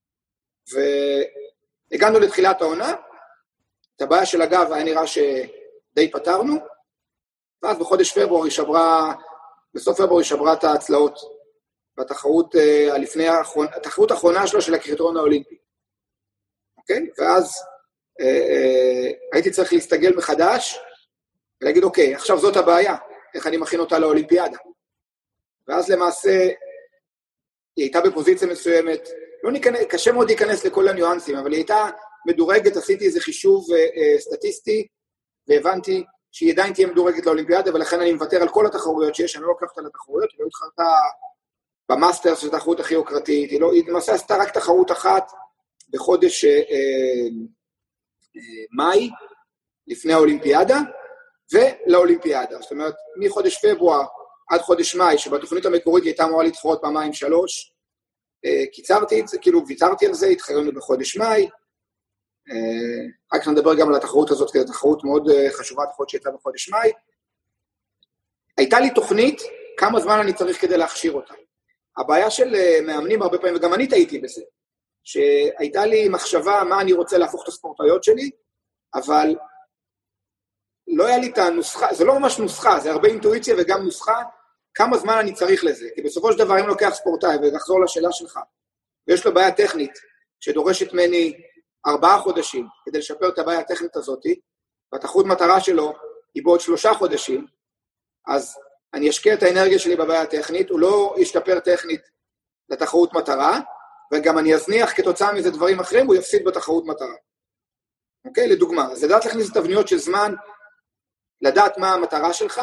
והגענו לתחילת העונה, את הבעיה של הגב היה נראה שדי פתרנו, ואז בחודש פברואר היא שברה, בסוף פברואר היא שברה את ההצלעות, בתחרות הלפני האחרונה, התחרות האחרונה שלו של הקריטריון האולימפי. אוקיי? ואז אה, אה, הייתי צריך להסתגל מחדש, ולהגיד, אוקיי, עכשיו זאת הבעיה, איך אני מכין אותה לאולימפיאדה. ואז למעשה, היא הייתה בפוזיציה מסוימת, לא ניכנס, קשה מאוד להיכנס לכל הניואנסים, אבל היא הייתה מדורגת, עשיתי איזה חישוב אה, אה, סטטיסטי, והבנתי שהיא עדיין תהיה מדורגת לאולימפיאדה, ולכן אני מוותר על כל התחרויות שיש, אני לא לוקחת על התחרויות, היא לא התחרתה במאסטר, שזו התחרות הכי יוקרתית, היא, לא, היא למעשה עשתה רק תחרות אחת, בחודש אה, אה, מאי, לפני האולימפיאדה, ולאולימפיאדה. זאת אומרת, מחודש פברואר עד חודש מאי, שבתוכנית המקורית הייתה אמורה להתחרות פעמיים שלוש, אה, קיצרתי את זה, כאילו ויתרתי על זה, התחרנו בחודש מאי, אה, רק נדבר גם על התחרות הזאת, כי זו תחרות מאוד חשובה, תחרות שהייתה בחודש מאי. הייתה לי תוכנית, כמה זמן אני צריך כדי להכשיר אותה. הבעיה של מאמנים הרבה פעמים, וגם אני טעיתי בזה, שהייתה לי מחשבה מה אני רוצה להפוך את הספורטאיות שלי, אבל לא היה לי את הנוסחה, זה לא ממש נוסחה, זה הרבה אינטואיציה וגם נוסחה, כמה זמן אני צריך לזה, כי בסופו של דבר אם לוקח ספורטאי, ולחזור לשאלה שלך, ויש לו בעיה טכנית, שדורשת ממני ארבעה חודשים, כדי לשפר את הבעיה הטכנית הזאת, והתחרות מטרה שלו היא בעוד שלושה חודשים, אז אני אשקיע את האנרגיה שלי בבעיה הטכנית, הוא לא ישתפר טכנית לתחרות מטרה, וגם אני אזניח כתוצאה מזה דברים אחרים, הוא יפסיד בתחרות מטרה. אוקיי? לדוגמה, אז לדעת להכניס את תבניות של זמן, לדעת מה המטרה שלך,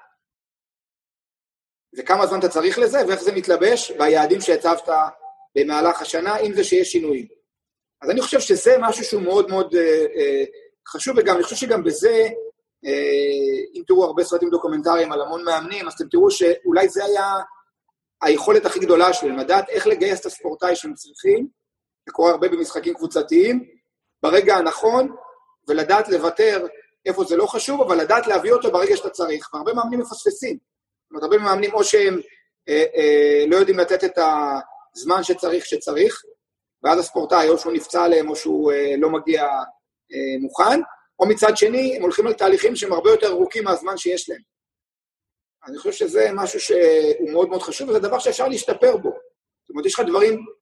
וכמה זמן אתה צריך לזה, ואיך זה מתלבש ביעדים שהצבת במהלך השנה, אם זה שיש שינויים. אז אני חושב שזה משהו שהוא מאוד מאוד אה, אה, חשוב, וגם אני חושב שגם בזה, אה, אם תראו הרבה סרטים דוקומנטריים על המון מאמנים, אז אתם תראו שאולי זה היה היכולת הכי גדולה שלהם, לדעת איך לגייס את הספורטאי שהם צריכים, זה קורה הרבה במשחקים קבוצתיים, ברגע הנכון, ולדעת לוותר איפה זה לא חשוב, אבל לדעת להביא אותו ברגע שאתה צריך, והרבה מאמנים מפספסים, זאת אומרת, הרבה מאמנים או שהם אה, אה, לא יודעים לתת את הזמן שצריך שצריך, ואז הספורטאי או שהוא נפצע עליהם, או שהוא אה, לא מגיע אה, מוכן, או מצד שני, הם הולכים על תהליכים שהם הרבה יותר ארוכים מהזמן שיש להם. אני חושב שזה משהו שהוא מאוד מאוד חשוב, וזה דבר שאפשר להשתפר בו. זאת אומרת, יש לך דברים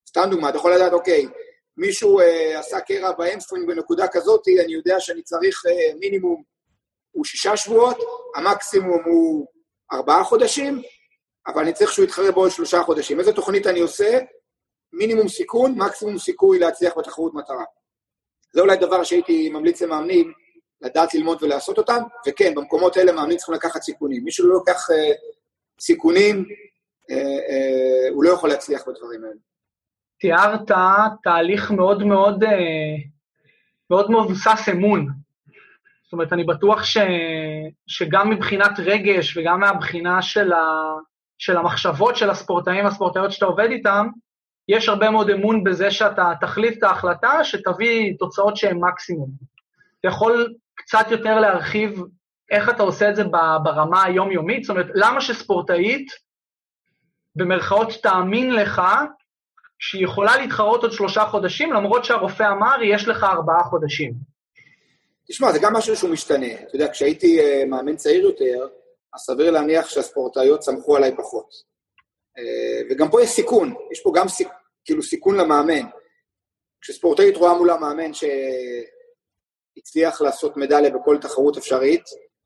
סתם דוגמה, אתה יכול לדעת, אוקיי, מישהו אה, עשה קרע באמסטרינג בנקודה כזאת, אני יודע שאני צריך אה, מינימום הוא שישה שבועות, המקסימום הוא ארבעה חודשים, אבל אני צריך שהוא יתחרה בעוד שלושה חודשים. איזה תוכנית אני עושה? מינימום סיכון, מקסימום סיכוי להצליח בתחרות מטרה. זה אולי דבר שהייתי ממליץ למאמנים, לדעת ללמוד ולעשות אותם, וכן, במקומות האלה מאמנים צריכים לקחת סיכונים. מישהו לא לוקח אה, סיכונים, אה, אה, הוא לא יכול להצליח בדברים האלה. תיארת תהליך מאוד מאוד, מאוד מבוסס אמון. זאת אומרת, אני בטוח ש, שגם מבחינת רגש וגם מהבחינה של, ה, של המחשבות של הספורטאים והספורטאיות שאתה עובד איתם, יש הרבה מאוד אמון בזה שאתה תחליט את ההחלטה שתביא תוצאות שהן מקסימום. אתה יכול קצת יותר להרחיב איך אתה עושה את זה ברמה היומיומית? זאת אומרת, למה שספורטאית במרכאות תאמין לך שהיא יכולה להתחרות עוד שלושה חודשים, למרות שהרופא אמר, יש לך ארבעה חודשים. תשמע, זה גם משהו שהוא משתנה. אתה יודע, כשהייתי uh, מאמן צעיר יותר, אז סביר להניח שהספורטאיות סמכו עליי פחות. Uh, וגם פה יש סיכון, יש פה גם סיכ... כאילו סיכון למאמן. כשספורטאית רואה מול המאמן שהצליח לעשות מדליה בכל תחרות אפשרית,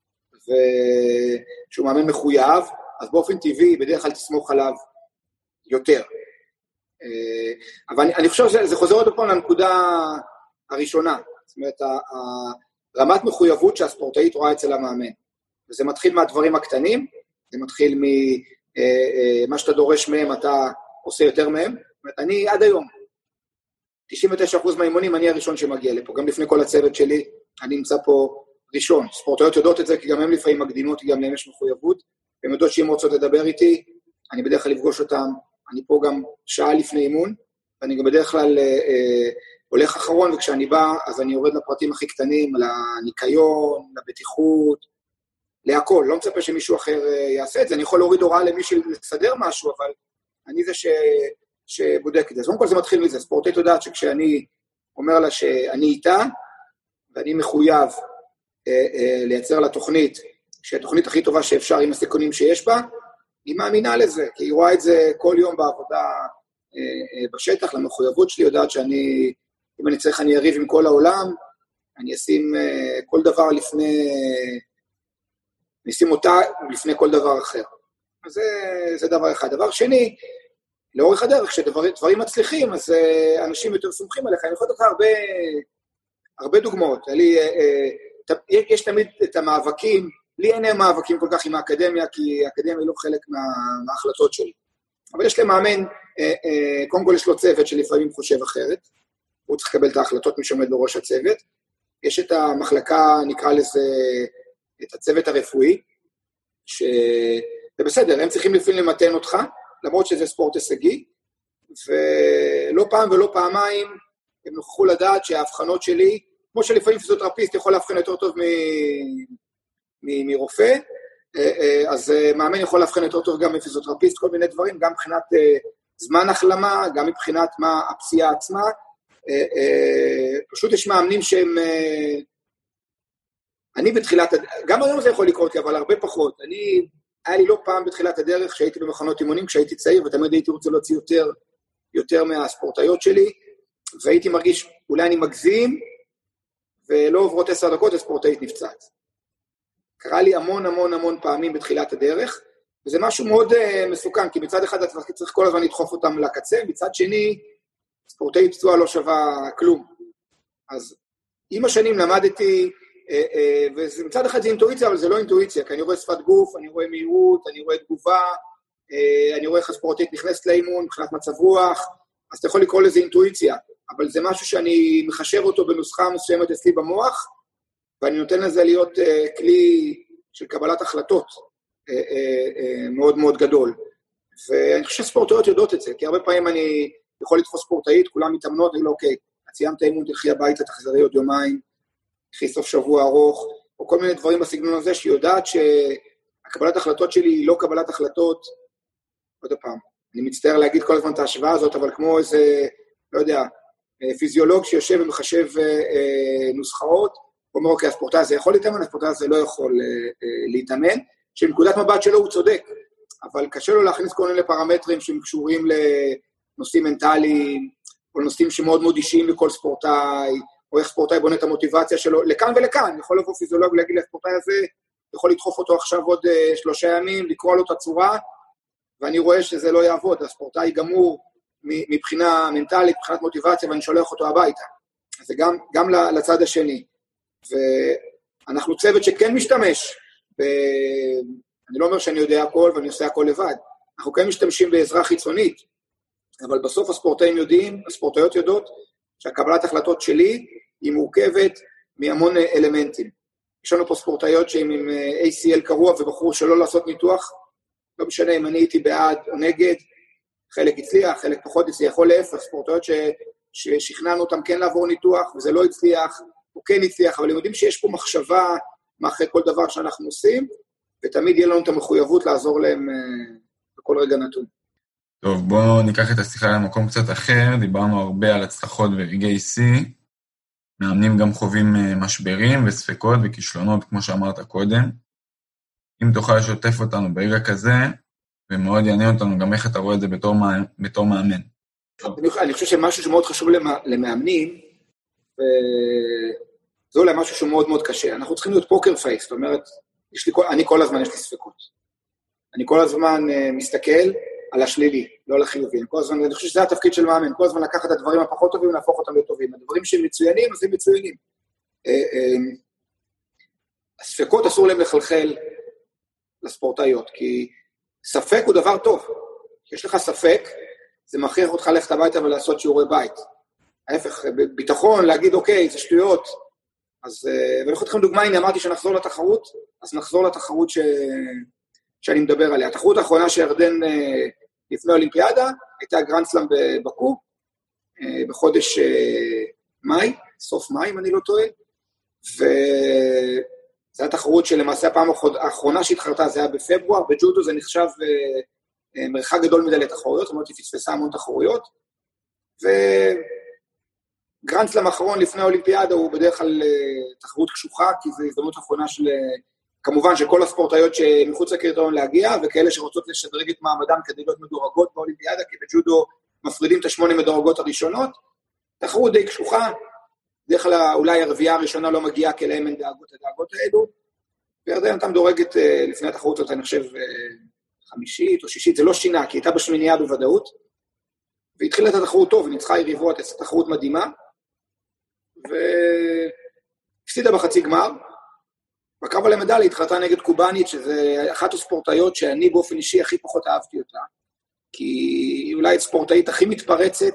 ושהוא מאמן מחויב, אז באופן טבעי בדרך כלל תסמוך עליו יותר. אבל אני, אני חושב שזה חוזר עוד פעם לנקודה הראשונה, זאת אומרת, רמת מחויבות שהספורטאית רואה אצל המאמן, וזה מתחיל מהדברים הקטנים, זה מתחיל ממה שאתה דורש מהם, אתה עושה יותר מהם, זאת אומרת, אני עד היום, תשעים ותשעה אחוז מהאימונים, אני הראשון שמגיע לפה, גם לפני כל הצוות שלי, אני נמצא פה ראשון, ספורטאיות יודעות את זה, כי גם הם לפעמים מקדימות, כי גם להם יש מחויבות, הם יודעות שהן רוצות לדבר איתי, אני בדרך כלל לפגוש אותם, אני פה גם שעה לפני אימון, ואני גם בדרך כלל אה, אה, הולך אחרון, וכשאני בא, אז אני יורד לפרטים הכי קטנים, לניקיון, לבטיחות, להכל, לא מצפה שמישהו אחר אה, יעשה את זה, אני יכול להוריד הוראה למישהו לסדר משהו, אבל אני זה ש, שבודק את זה. אז קודם כל זה מתחיל מזה, ספורטאית יודעת שכשאני אומר לה שאני איתה, ואני מחויב אה, אה, לייצר לה תוכנית, שהתוכנית הכי טובה שאפשר עם הסיכונים שיש בה, היא מאמינה לזה, כי היא רואה את זה כל יום בעבודה אה, אה, בשטח, למחויבות שלי, יודעת שאני, אם אני צריך, אני אריב עם כל העולם, אני אשים אה, כל דבר לפני, אני אשים אותה לפני כל דבר אחר. אז זה, זה דבר אחד. דבר שני, לאורך הדרך, כשדברים מצליחים, אז אה, אנשים יותר סומכים עליך. אני יכול לתת לך הרבה, הרבה דוגמאות. לי, אה, אה, יש תמיד את המאבקים, לי אין מאבקים כל כך עם האקדמיה, כי האקדמיה היא לא חלק מה, מההחלטות שלי. אבל יש למאמן, אה, אה, קודם כל יש לו צוות שלפעמים חושב אחרת, הוא צריך לקבל את ההחלטות מי שעומד בראש הצוות, יש את המחלקה, נקרא לזה, את הצוות הרפואי, שזה בסדר, הם צריכים לפעמים למתן אותך, למרות שזה ספורט הישגי, ולא פעם ולא פעמיים, הם נוכחו לדעת שההבחנות שלי, כמו שלפעמים פיזיותרפיסט יכול להבחן יותר טוב מ... מרופא, אז מאמן יכול להבחן יותר טוב גם מפיזיותרפיסט, כל מיני דברים, גם מבחינת זמן החלמה, גם מבחינת מה הפציעה עצמה, פשוט יש מאמנים שהם, אני בתחילת, גם היום זה יכול לקרות לי, אבל הרבה פחות, אני, היה לי לא פעם בתחילת הדרך, שהייתי במכונות אימונים, כשהייתי צעיר, ותמיד הייתי רוצה להוציא יותר, יותר מהספורטאיות שלי, והייתי מרגיש, אולי אני מגזים, ולא עוברות עשר דקות, הספורטאית נפצעת. קרה לי המון המון המון פעמים בתחילת הדרך, וזה משהו מאוד uh, מסוכן, כי מצד אחד אתה צריך כל הזמן לדחוף אותם לקצה, מצד שני, ספורטאית פצועה לא שווה כלום. אז עם השנים למדתי, uh, uh, ומצד אחד זה אינטואיציה, אבל זה לא אינטואיציה, כי אני רואה שפת גוף, אני רואה מהירות, אני רואה תגובה, uh, אני רואה איך הספורטאית נכנסת לאימון, מבחינת מצב רוח, אז אתה יכול לקרוא לזה אינטואיציה, אבל זה משהו שאני מחשב אותו בנוסחה מסוימת אצלי במוח, ואני נותן לזה להיות uh, כלי של קבלת החלטות uh, uh, uh, מאוד מאוד גדול. ואני חושב שספורטאיות יודעות את זה, כי הרבה פעמים אני יכול לתפוס ספורטאית, כולם מתאמנות, ואני לא, אוקיי, ציימת אימון, תלכי הביתה, תחזרי עוד יומיים, תלכי סוף שבוע ארוך, או כל מיני דברים בסגנון הזה, שהיא יודעת שהקבלת החלטות שלי היא לא קבלת החלטות, עוד פעם, אני מצטער להגיד כל הזמן את ההשוואה הזאת, אבל כמו איזה, לא יודע, פיזיולוג שיושב ומחשב uh, uh, נוסחאות, הוא אומר, אוקיי, הספורטאי הזה יכול להתאמן, הספורטאי הזה לא יכול uh, uh, להתאמן, שמנקודת מבט שלו הוא צודק, אבל קשה לו להכניס כל מיני פרמטרים שהם קשורים נושאים מנטליים, או נושאים שמאוד מאוד אישיים בכל ספורטאי, או איך ספורטאי בונה את המוטיבציה שלו, לכאן ולכאן, יכול לבוא פיזיולוג ולהגיד לספורטאי הזה, יכול לדחוף אותו עכשיו עוד uh, שלושה ימים, לקרוא לו את הצורה, ואני רואה שזה לא יעבוד, הספורטאי גמור מבחינה מנטלית, מבחינת מוטיבציה, ואני שולח אותו הביתה. אז זה גם, גם לצד השני. ואנחנו צוות שכן משתמש, ב... אני לא אומר שאני יודע הכל ואני עושה הכל לבד, אנחנו כן משתמשים בעזרה חיצונית, אבל בסוף הספורטאים יודעים, הספורטאיות יודעות, שהקבלת החלטות שלי היא מורכבת מהמון אלמנטים. יש לנו פה ספורטאיות שהן עם איי סי אל קרוע ובחרו שלא לעשות ניתוח, לא משנה אם אני הייתי בעד או נגד, חלק הצליח, חלק פחות הצליח, או להפך, ספורטאיות ש... ששכנענו אותם כן לעבור ניתוח, וזה לא הצליח, או כן הצליח, אבל הם יודעים שיש פה מחשבה מאחורי כל דבר שאנחנו עושים, ותמיד יהיה לנו את המחויבות לעזור להם בכל רגע נתון. טוב, בואו ניקח את השיחה למקום קצת אחר, דיברנו הרבה על הצלחות ורגעי שיא, מאמנים גם חווים משברים וספקות וכישלונות, כמו שאמרת קודם. אם תוכל לשתף אותנו ברגע כזה, ומאוד יעניין אותנו גם איך אתה רואה את זה בתור, בתור מאמן. אני חושב שמשהו שמאוד חשוב למאמנים, זה אולי משהו שהוא מאוד מאוד קשה. אנחנו צריכים להיות פוקר פייס, זאת אומרת, יש לי, אני כל הזמן יש לי ספקות. אני כל הזמן מסתכל על השלילי, לא על החיובי. כל הזמן, אני חושב שזה התפקיד של מאמן, כל הזמן לקחת את הדברים הפחות טובים ולהפוך אותם לטובים. הדברים שהם מצוינים, אז הם מצוינים. הספקות אסור להם לחלחל לספורטאיות, כי ספק הוא דבר טוב. יש לך ספק, זה מכריח אותך ללכת הביתה ולעשות שיעורי בית. ההפך, ביטחון, להגיד, אוקיי, זה שטויות. אז, ואני יכול לתכם דוגמה, הנה אמרתי שנחזור לתחרות, אז נחזור לתחרות ש... שאני מדבר עליה. התחרות האחרונה שירדן לפני האולימפיאדה, הייתה גרנדסלאם בבקו, בחודש מאי, סוף מאי, אם אני לא טועה, וזו התחרות שלמעשה הפעם האחרונה שהתחרתה, זה היה בפברואר, בג'ודו זה נחשב מרחק גדול מדי לתחרויות, זאת אומרת, היא פספסה המון תחרויות, וגרנדסלאם האחרון לפני האולימפיאדה הוא בדרך כלל תחרות קשוחה, כי זו הזדמנות האחרונה של, כמובן, של כל הספורטאיות שמחוץ לקריטריון להגיע, וכאלה שרוצות לשדרג את מעמדם כדי להיות מדורגות באולימפיאדה, כי בג'ודו מפרידים את השמונה מדורגות הראשונות, תחרות די קשוחה, בדרך כלל אולי הרביעה הראשונה לא מגיעה כלהם אין דאגות הדאגות האלו, וירדן אותם דורגת לפני התחרות הזאת, אני חושב, חמישית או שישית, זה לא שינה, כי הייתה בשמינייה בוודאות, והתחילה את התחרות טוב, וניצחה יריבות, את התחרות מדהימה, והפסידה בחצי גמר, בקרב על המדליה התחרתה נגד קובאנית, שזה אחת הספורטאיות שאני באופן אישי הכי פחות אהבתי אותה, כי היא אולי הספורטאית הכי מתפרצת,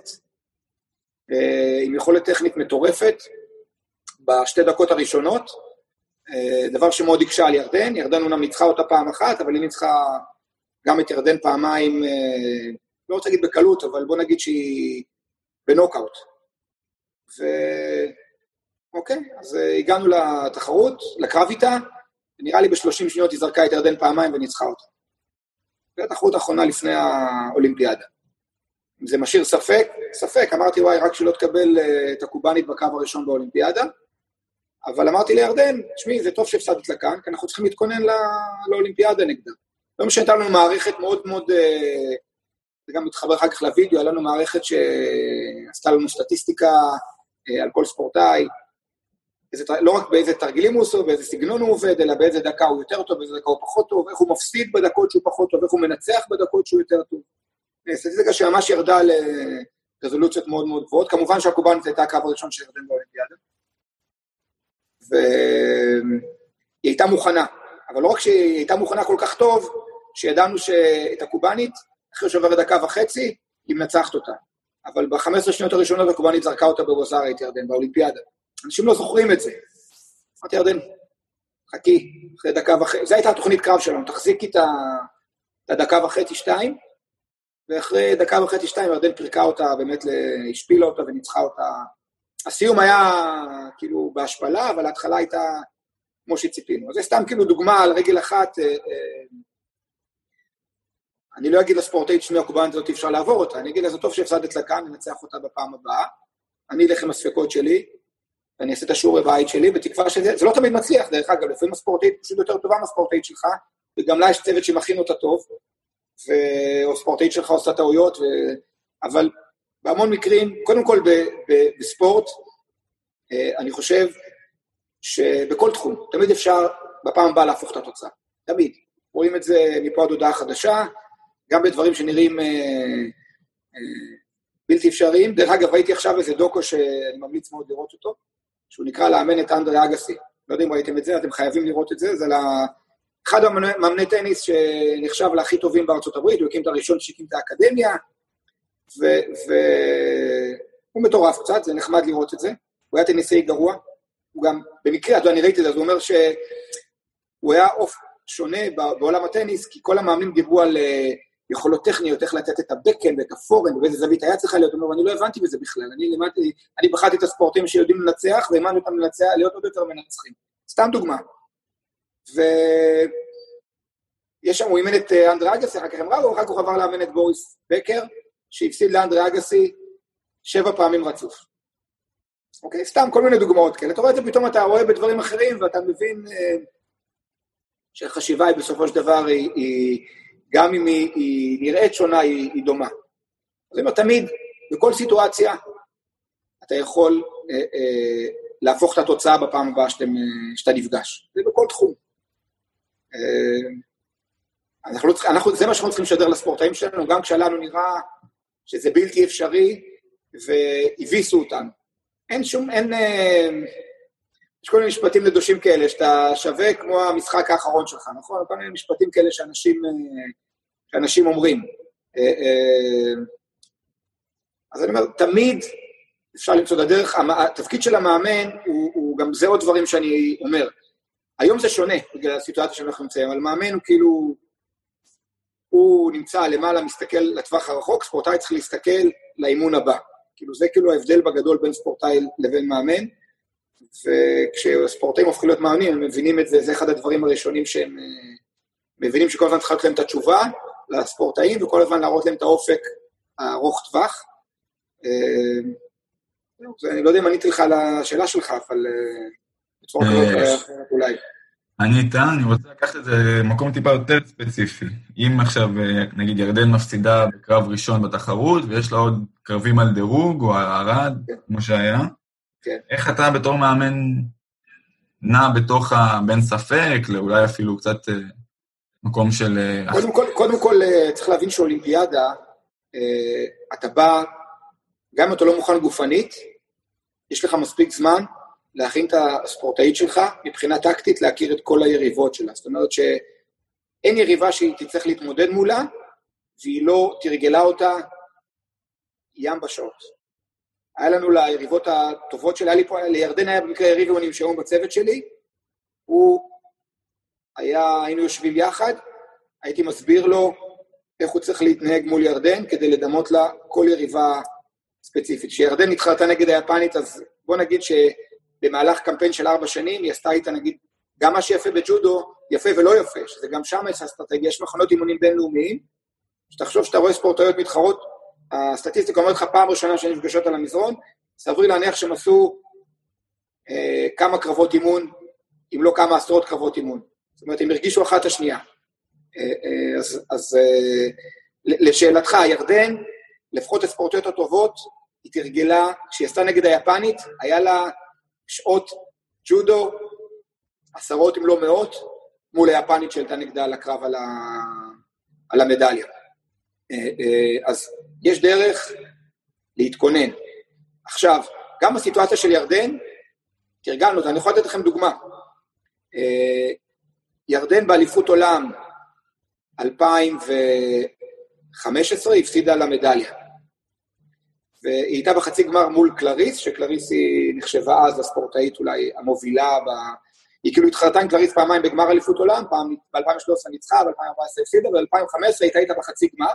עם יכולת טכנית מטורפת, בשתי דקות הראשונות, דבר שמאוד הקשה על ירדן, ירדן אומנם ניצחה אותה פעם אחת, אבל היא ניצחה גם את ירדן פעמיים, לא רוצה להגיד בקלות, אבל בוא נגיד שהיא בנוקאוט. ו... אוקיי, אז הגענו לתחרות, לקרב איתה, ונראה לי ב-שלושים שניות היא זרקה את ירדן פעמיים וניצחה אותה. זו התחרות האחרונה לפני האולימפיאדה. אם זה משאיר ספק, ספק, אמרתי וואי, רק שלא תקבל את הקובאנית בקרב הראשון באולימפיאדה, אבל אמרתי לירדן, שמי, זה טוב שהפסדת לכאן, כי אנחנו צריכים להתכונן לאולימפיאדה נגדה. לא משנה, הייתה לנו מערכת מאוד מאוד, זה גם מתחבר אחר כך לוידאו, היה לנו מערכת שעשתה לנו סטטיסטיקה על כל ספורטאי, לא רק באיזה תרגילים הוא עושה, באיזה סגנון הוא עובד, אלא באיזה דקה הוא יותר טוב, באיזה דקה הוא פחות טוב, איך הוא מפסיד בדקות שהוא פחות טוב, איך הוא מנצח בדקות שהוא יותר טוב. סטטיסטיקה שממש ירדה לרזולוציות מאוד מאוד גבוהות, כמובן שהקובאנית הייתה הקו הראשון שירדן באולימפיאדה, והיא הייתה מוכנה, אבל לא רק שהיא הייתה מוכנה כל כך טוב, שידענו שאת הקובאנית, אחרי שעוברת דקה וחצי, היא מנצחת אותה. אבל ב-חמש עשרה שניות הראשונות הקובאנית זרקה אותה בבוסרה את ירדן, באולימפיאדה. אנשים לא זוכרים את זה. אמרתי, ירדן, חכי, אחרי דקה וחצי, זו הייתה התוכנית קרב שלנו, תחזיקי את הדקה וחצי שתיים, ואחרי דקה וחצי שתיים, ירדן פרקה אותה, באמת השפילה אותה וניצחה אותה. הסיום היה כאילו בהשפלה, אבל ההתחלה הייתה כמו שציפינו. אז זה סתם כאילו דוגמה על רגל אחת, אני לא אגיד לספורטאית שמי הקובאנית הזאת אפשר לעבור אותה, אני אגיד לה, זה טוב שהפסדת לה כאן, ננצח אותה בפעם הבאה, אני אלך עם הספקות שלי, ואני אעשה את השיעורי בית שלי, בתקווה שזה, זה לא תמיד מצליח, דרך אגב, לפעמים הספורטאית פשוט יותר טובה מהספורטאית שלך, וגם לה יש צוות שמכין אותה טוב, או ספורטאית שלך עושה טעויות, אבל בהמון מקרים, קודם כל ב- ב- בספורט, אני חושב שבכל תחום, תמיד אפשר בפעם הבאה להפוך את התוצאה, תמיד. רואים את זה מפה עד הודעה חדשה, גם בדברים שנראים אה, אה, בלתי אפשריים. דרך אגב, ראיתי עכשיו איזה דוקו שאני ממליץ מאוד לראות אותו, שהוא נקרא לאמן את אנדרי אגסי. לא יודע אם ראיתם את זה, אתם חייבים לראות את זה, זה לה... אחד המאמני טניס שנחשב להכי טובים בארצות הברית, הוא הקים את הראשון שהקים את האקדמיה, והוא ו... מטורף קצת, זה נחמד לראות את זה. הוא היה טניסאי גרוע, הוא גם, במקרה, אני ראיתי את זה, אז הוא אומר שהוא היה אוף שונה בעולם הטניס, כי כל המאמנים דיברו על יכולות טכניות, איך לתת את הבקן ואת הפורן, ואיזה זווית היה צריכה להיות, ואני לא הבנתי בזה בכלל, אני לימדתי, אני בחרתי את הספורטים שיודעים לנצח, והאמנתי אותם לנצח, להיות עוד יותר מנצחים. סתם דוגמה. ויש שם, הוא אימן את אנדרי אגסי, אחר כך הם ראו, אחר כך הוא עבר לאמן את בוריס בקר, שהפסיד לאנדרי אגסי שבע פעמים רצוף. אוקיי? סתם כל מיני דוגמאות כאלה. אתה רואה את זה, פתאום אתה רואה בדברים אחרים, ואתה מבין אה, שהחשיבה היא בסופו של דבר, היא, היא, גם אם היא, היא נראית שונה, היא, היא דומה. זאת אומרת, תמיד, בכל סיטואציה, אתה יכול אה, אה, להפוך את התוצאה בפעם הבאה שאתם, אה, שאתה נפגש. זה בכל תחום. אה, אנחנו, אנחנו, זה מה שאנחנו צריכים לשדר לספורטאים שלנו, גם כשעלינו נראה שזה בלתי אפשרי, והביסו אותנו. אין שום, אין, יש כל מיני משפטים נדושים כאלה, שאתה שווה כמו המשחק האחרון שלך, נכון? כל מיני משפטים כאלה שאנשים, שאנשים אומרים. אז אני אומר, תמיד אפשר למצוא את הדרך, התפקיד של המאמן, הוא, הוא גם זה עוד דברים שאני אומר. היום זה שונה, בגלל הסיטואציה שאנחנו נמצאים, אבל מאמן הוא כאילו, הוא נמצא למעלה, מסתכל לטווח הרחוק, ספורטאי צריך להסתכל לאימון הבא. כאילו זה כאילו ההבדל בגדול בין ספורטאי לבין מאמן, וכשספורטאים הופכים להיות מאמנים, הם מבינים את זה, זה אחד הדברים הראשונים שהם מבינים שכל הזמן צריך לתת להם את התשובה לספורטאים, וכל הזמן להראות להם את האופק הארוך טווח. אני לא יודע אם עניתי לך על השאלה שלך, אבל בצורה כזאת אולי. אני איתה, אני רוצה לקחת את זה למקום טיפה יותר ספציפי. אם עכשיו, נגיד, ירדן מפסידה בקרב ראשון בתחרות, ויש לה עוד קרבים על דירוג או על ערד, כמו שהיה, איך אתה בתור מאמן נע בתוך בין ספק, לאולי אפילו קצת מקום של... קודם כל, קודם כל צריך להבין שאולימפיאדה, אתה בא, גם אם אתה לא מוכן גופנית, יש לך מספיק זמן, להכין את הספורטאית שלך, מבחינה טקטית, להכיר את כל היריבות שלה. זאת אומרת שאין יריבה שהיא תצטרך להתמודד מולה, והיא לא תרגלה אותה ים בשעות. היה לנו ליריבות הטובות שלה, היה לי פה, לירדן היה במקרה יריב ועונים שהיום בצוות שלי, הוא היה, היינו יושבים יחד, הייתי מסביר לו איך הוא צריך להתנהג מול ירדן, כדי לדמות לה כל יריבה ספציפית. כשירדן נתחרתה נגד היפנית, אז בוא נגיד ש... במהלך קמפיין של ארבע שנים, היא עשתה איתה, נגיד, גם מה שיפה בג'ודו, יפה ולא יפה, שזה גם שם יש אסטרטגיה, יש מכונות אימונים בינלאומיים, שתחשוב שאתה רואה ספורטאיות מתחרות, הסטטיסטיקה אומרת לך פעם ראשונה שהן נפגשות על המזרון, סברי להניח שהם עשו אה, כמה קרבות אימון, אם לא כמה עשרות קרבות אימון. זאת אומרת, הם הרגישו אחת השנייה. אה, אה, אז, אז אה, לשאלתך, ירדן, לפחות הספורטאיות הטובות, היא תרגלה, כשהיא עשתה נגד היפנית, היה לה שעות ג'ודו, עשרות אם לא מאות, מול היפנית שהייתה נגדה לקרב על, ה... על המדליה. אז יש דרך להתכונן. עכשיו, גם בסיטואציה של ירדן, תרגלנו, אני יכול לתת לכם דוגמה. ירדן באליפות עולם אלפיים וחמש עשרה הפסידה למדליה. והיא הייתה בחצי גמר מול קלריס, שקלריס היא נחשבה אז הספורטאית אולי המובילה, ב... היא כאילו התחרתה עם קלריס פעמיים בגמר אליפות עולם, פעם ב-אלפיים ושלוש עשרה ניצחה, ב-אלפיים וארבע עשרה הפסידה, ב-אלפיים וחמש עשרה הייתה איתה בחצי גמר,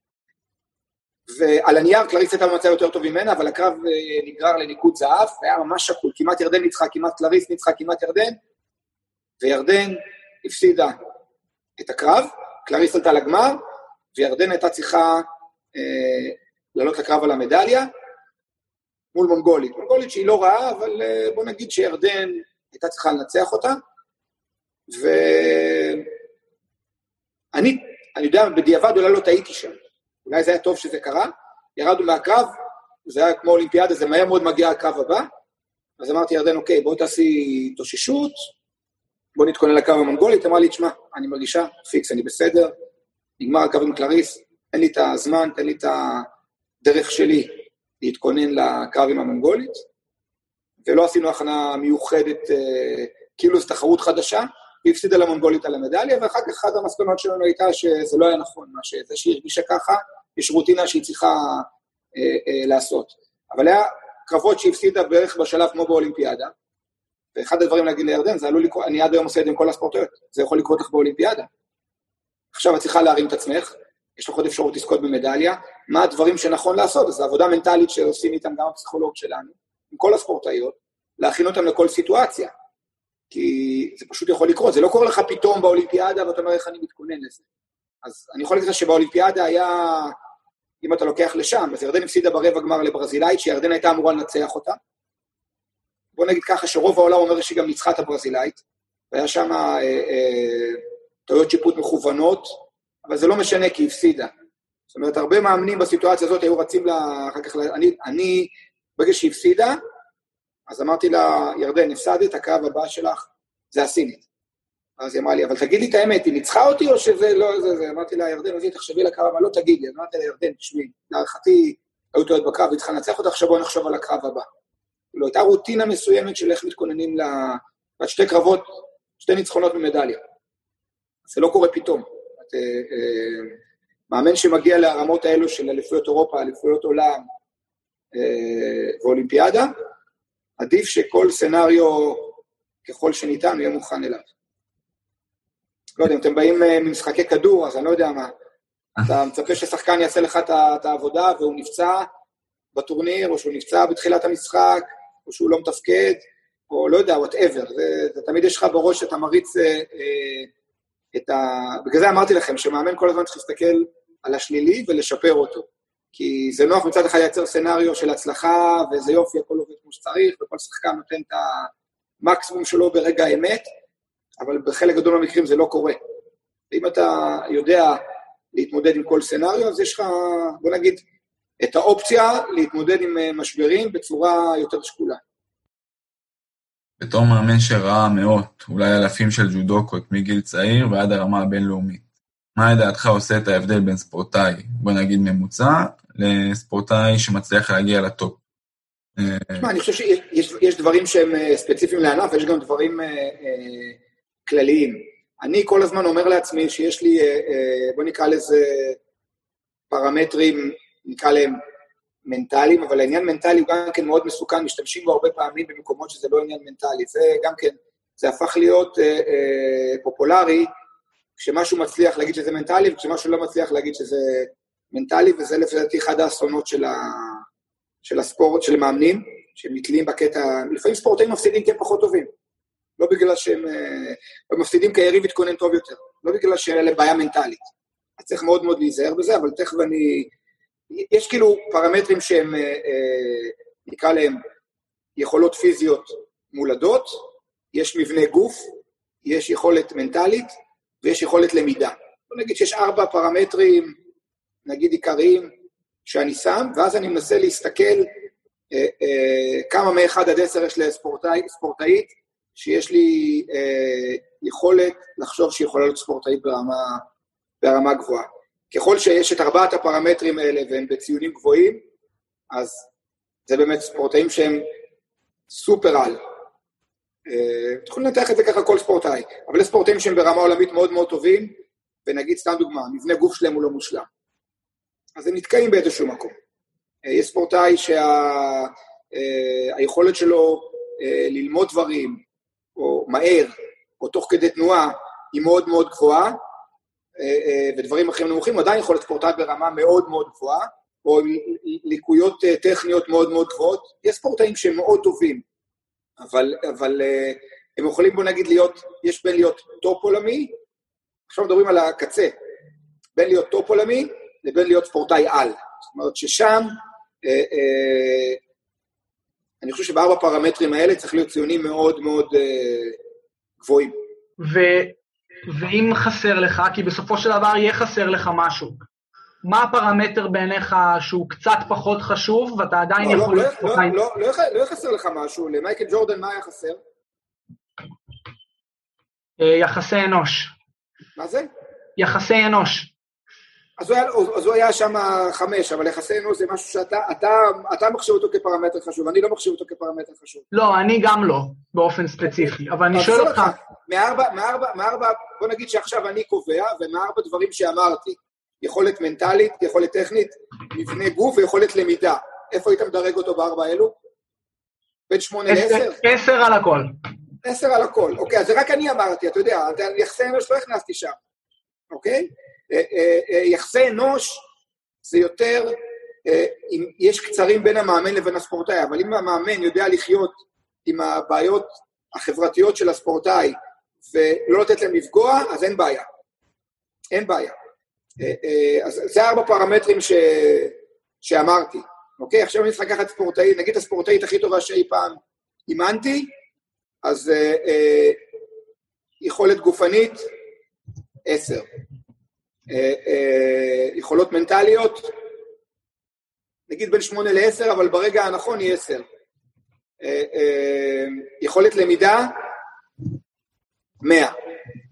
ועל הנייר קלריס הייתה במצב יותר טוב ממנה, אבל הקרב נגרר לניקוד זהב, והיה ממש שקול, כמעט ירדן ניצחה, כמעט קלריס ניצחה, כמעט ירדן, וירדן הפסידה את הקרב, קלריס עלתה לגמר, וירדן הייתה צריכה אה, לעלות לקרב על המדליה, מול מונגולית. מונגולית שהיא לא רעה, אבל אה, בוא נגיד שירדן הייתה צריכה לנצח אותה, ואני, אני יודע, בדיעבד אולי לא טעיתי שם, אולי זה היה טוב שזה קרה, ירדנו מהקרב, זה היה כמו אולימפיאדה, זה מהר מאוד מגיע הקרב הבא, אז אמרתי ירדן, אוקיי, בואי תעשי תושישות, בואי נתכונן לקרב המונגולית, אמרה לי, תשמע, אני מרגישה, פיקס, אני בסדר, נגמר הקרב עם קלריס, תן לי את הזמן, תן לי את הדרך שלי להתכונן לקרב עם המונגולית, ולא עשינו הכנה מיוחדת, כאילו זו תחרות חדשה, והפסידה למונגולית על המדליה, ואחר כך אחת המסקנות שלנו הייתה שזה לא היה נכון, מה שזה שהיא הרגישה ככה, יש רוטינה שהיא צריכה אה, אה, לעשות. אבל היה קרבות שהפסידה בערך בשלב כמו באולימפיאדה, ואחד הדברים להגיד לירדן, זה עלול לקרות, אני עד היום עושה את זה עם כל הספורטיות, זה יכול לקרות לך באולימפיאדה. עכשיו את צריכה להרים את עצמך, יש לך עוד אפשרות לזכות במדליה, מה הדברים שנכון לעשות, אז זו עבודה מנטלית שעושים איתם גם הפסיכולוג שלנו, עם כל הספורטאיות, להכין אותם לכל סיטואציה. כי זה פשוט יכול לקרות, זה לא קורה לך פתאום באולימפיאדה, ואתה אומר איך אני מתכונן לזה. אז אני יכול להגיד לך שבאולימפיאדה היה, אם אתה לוקח לשם, אז ירדן הפסידה ברבע גמר לברזילאית, שירדן הייתה אמורה לנצח אותה. בוא נגיד ככה שרוב העולם אומר שהיא גם ניצחה את הברזילאית, והיה שם אה, אה, טעויות שיפוט מכוונות, אבל זה לא משנה כי היא הפסידה. זאת אומרת, הרבה מאמנים בסיטואציה הזאת היו רצים לה, אחר כך, אני, אני ברגע שהיא הפסידה, אז אמרתי לה, ירדן, הפסדת, הקרב הבא שלך, זה הסינית. אז היא אמרה לי, אבל תגיד לי את האמת, היא ניצחה אותי או שזה לא, זה, זה. אמרתי לה, ירדן, אז היא תחשבי לקרב, אבל לא תגיד לי. אמרתי לה, ירדן, תשמעי, להערכתי, היו טועות בקרב, היא צריכה לנצח אותך, עכשיו בוא נחשוב על הקרב הבא. לא, הייתה רוטינה מסוימת של איך מתכוננים לשתי קרבות, שתי ניצחונות ממדליה. זה לא קורה פתאום. את, אה, אה, מאמן שמגיע לרמות האלו של אליפויות אירופה, אליפויות עולם אה, ואולימפיאדה, עדיף שכל סנריו, ככל שניתן, יהיה מוכן אליו. לא יודע, אם אתם באים ממשחקי כדור, אז אני לא יודע מה. אתה מצפה ששחקן יעשה לך את העבודה, והוא נפצע בטורניר, או שהוא נפצע בתחילת המשחק, או שהוא לא מתפקד, או לא יודע, whatever. זה, זה תמיד יש לך בראש שאתה מריץ אה, את ה... בגלל זה אמרתי לכם, שמאמן כל הזמן צריך להסתכל על השלילי ולשפר אותו. כי זה נוח מצד אחד לייצר סנריו של הצלחה, וזה יופי, הכל עובד כמו שצריך, וכל שחקן נותן את המקסימום שלו ברגע האמת, אבל בחלק גדול מהמקרים זה לא קורה. ואם אתה יודע להתמודד עם כל סנריו, אז יש לך, בוא נגיד, את האופציה להתמודד עם משברים בצורה יותר שקולה. בתור מאמן שראה מאות, אולי אלפים של ג'ודוקות מגיל צעיר ועד הרמה הבינלאומית, מה לדעתך עושה את ההבדל בין ספורטאי, בוא נגיד ממוצע, לספורטאי שמצליח להגיע לטופ? תשמע, אני חושב שיש דברים שהם ספציפיים לענף, ויש גם דברים כלליים. אני כל הזמן אומר לעצמי שיש לי, בוא נקרא לזה פרמטרים, נקרא להם מנטליים, אבל העניין מנטלי הוא גם כן מאוד מסוכן, משתמשים בו הרבה פעמים במקומות שזה לא עניין מנטלי. זה גם כן, זה הפך להיות פופולרי, כשמשהו מצליח להגיד שזה מנטלי, וכשמשהו לא מצליח להגיד שזה מנטלי, וזה לפי אחד האסונות של, ה... של הספורט, של המאמנים, שהם מתלים בקטע, לפעמים ספורטאים מפסידים כי הם פחות טובים, לא בגלל שהם הם מפסידים כי היריב יתכונן טוב יותר, לא בגלל שאין להם בעיה מנטלית. אז צריך מאוד מאוד להיזהר בזה, אבל תכף אני... יש כאילו פרמטרים שהם, נקרא להם, יכולות פיזיות מולדות, יש מבנה גוף, יש יכולת מנטלית, ויש יכולת למידה. בוא נגיד שיש ארבע פרמטרים, נגיד עיקריים, שאני שם, ואז אני מנסה להסתכל אה, אה, כמה מאחד עד עשר יש לספורטאי, ספורטאית, שיש לי אה, יכולת לחשוב שהיא יכולה להיות ספורטאית ברמה, ברמה גבוהה. ככל שיש את ארבעת הפרמטרים האלה, והם בציונים גבוהים, אז זה באמת ספורטאים שהם סופר על. תוכלו לנתח את זה ככה כל ספורטאי, אבל יש ספורטאים שהם ברמה עולמית מאוד מאוד טובים, ונגיד סתם דוגמה, מבנה גוף שלהם הוא לא מושלם. אז הם נתקעים באיזשהו מקום. יש ספורטאי שהיכולת שלו ללמוד דברים, או מהר, או תוך כדי תנועה, היא מאוד מאוד גבוהה, ודברים אחרים נמוכים, עדיין יכול להיות ספורטאי ברמה מאוד מאוד גבוהה, או ליקויות טכניות מאוד מאוד גבוהות. יש ספורטאים שהם מאוד טובים, אבל, אבל הם יכולים, בוא נגיד, להיות, יש בין להיות טופ עולמי, עכשיו מדברים על הקצה, בין להיות טופ עולמי, לבין להיות ספורטאי על. זאת אומרת ששם, אה, אה, אני חושב שבארבע פרמטרים האלה צריך להיות ציונים מאוד מאוד אה, גבוהים. ו, ואם חסר לך, כי בסופו של דבר יהיה חסר לך משהו, מה הפרמטר בעיניך שהוא קצת פחות חשוב, ואתה עדיין לא, יכול... לא, לא, לא, לא, לא, לא יחסר לך משהו, למייקל ג'ורדן מה היה חסר? יחסי אנוש. מה זה? יחסי אנוש. אז הוא היה, אז הוא היה שם חמש, אבל יחסי אנוש זה משהו שאתה, אתה, אתה מחשיב אותו כפרמטר חשוב, אני לא מחשיב אותו כפרמטר חשוב. לא, אני גם לא, באופן ספציפי, אבל אני שואל אותך... מארבע, מארבע, מארבע, בוא נגיד שעכשיו אני קובע, ומארבע דברים שאמרתי, יכולת מנטלית, יכולת טכנית, מבנה גוף ויכולת למידה. איפה היית מדרג אותו בארבע האלו? בין שמונה לעשר? עשר על הכל. עשר על הכל, אוקיי, אז זה רק אני אמרתי, אתה יודע, יחסי אנוש לא הכנסתי שם, אוקיי? יחסי אנוש זה יותר, יש קצרים בין המאמן לבין הספורטאי, אבל אם המאמן יודע לחיות עם הבעיות החברתיות של הספורטאי, ולא לתת להם לפגוע, אז אין בעיה. אין בעיה. אז זה ארבע פרמטרים ש... שאמרתי, אוקיי? עכשיו אני צריך לקחת ספורטאי, נגיד הספורטאית הכי טובה שאי פעם אימנתי, אז אה, אה, יכולת גופנית, עשר. אה, אה, יכולות מנטליות, נגיד בין שמונה לעשר, אבל ברגע הנכון היא עשר. אה, אה, יכולת למידה, מאה.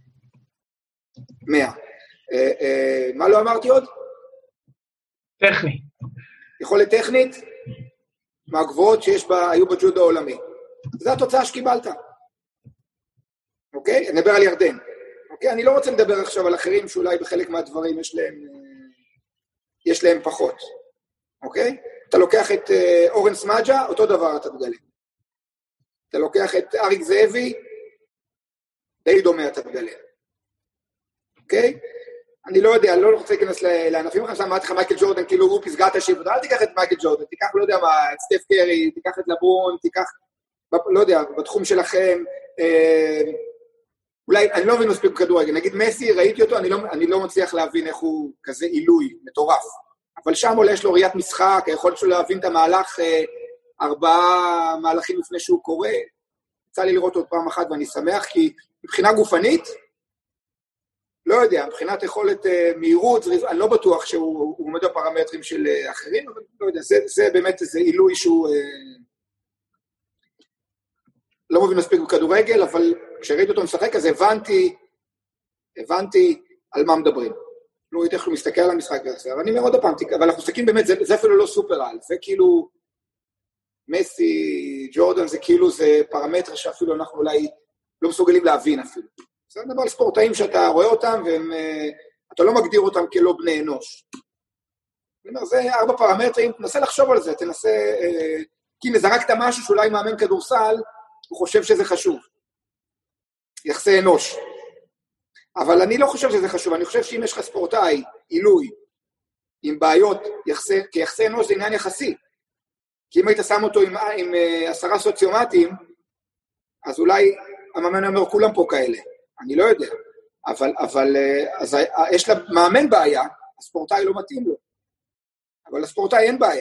מאה. אה, אה, מה לא אמרתי עוד? טכני. יכולת טכנית, מהגבוהות שיש בה, היו בג'ודו העולמי. זו התוצאה שקיבלת. אוקיי? אני מדבר על ירדן. אוקיי? אני לא רוצה לדבר עכשיו על אחרים שאולי בחלק מהדברים יש להם, יש להם פחות. אוקיי? אתה לוקח את אורן סמאג'ה, אותו דבר אתה תגלה. אתה לוקח את אריק זאבי, די דומה אתה תגלה. אוקיי? אני לא יודע, לא רוצה להיכנס לענפים אחרים, אמרתי לך מייקל ג'ורדן, כאילו הוא פסגת השיפוט, אל תיקח את מייקל ג'ורדן, תיקח, לא יודע מה, את סטף קרי, תיקח את לברון, תיקח, לא יודע, בתחום שלכם, אה, אולי, אני לא מבין מספיק כדורגל, נגיד מסי, ראיתי אותו, אני לא, אני לא מצליח להבין איך הוא כזה עילוי, מטורף, אבל שם אולי יש לו ראיית משחק, היכולת שלו להבין את המהלך, אה, ארבעה מהלכים לפני שהוא קורא, יצא לי לראות עוד פעם אחת ואני שמח, כי מבחינה גופנית, לא יודע, מבחינת יכולת uh, מהירות, אני לא בטוח שהוא עומד בפרמטרים של uh, אחרים, אבל לא יודע, זה, זה באמת איזה עילוי שהוא uh, לא מבין מספיק בכדורגל, אבל כשראיתי אותו משחק, אז הבנתי, הבנתי על מה מדברים. לא הייתי איך הוא מסתכל על המשחק הזה, אבל אני אומר עוד הפעם, אבל אנחנו מסתכלים באמת, זה, זה אפילו לא סופר-על, זה כאילו, מסי, ג'ורדן, זה כאילו, זה פרמטר שאפילו אנחנו אולי לא מסוגלים להבין אפילו. זה דבר על ספורטאים שאתה רואה אותם, ואתה לא מגדיר אותם כלא בני אנוש. אני אומר, זה ארבע פרמטרים, תנסה לחשוב על זה, תנסה, כי אם זרקת משהו שאולי מאמן כדורסל, הוא חושב שזה חשוב. יחסי אנוש. אבל אני לא חושב שזה חשוב, אני חושב שאם יש לך ספורטאי, עילוי, עם בעיות, יחסי, כי יחסי אנוש זה עניין יחסי. כי אם היית שם אותו עם, עם עשרה סוציומטים, אז אולי המאמן אומר, כולם פה כאלה. אני לא יודע. אבל, אבל, אז יש לה מאמן בעיה, הספורטאי לא מתאים לו. אבל הספורטאי אין בעיה.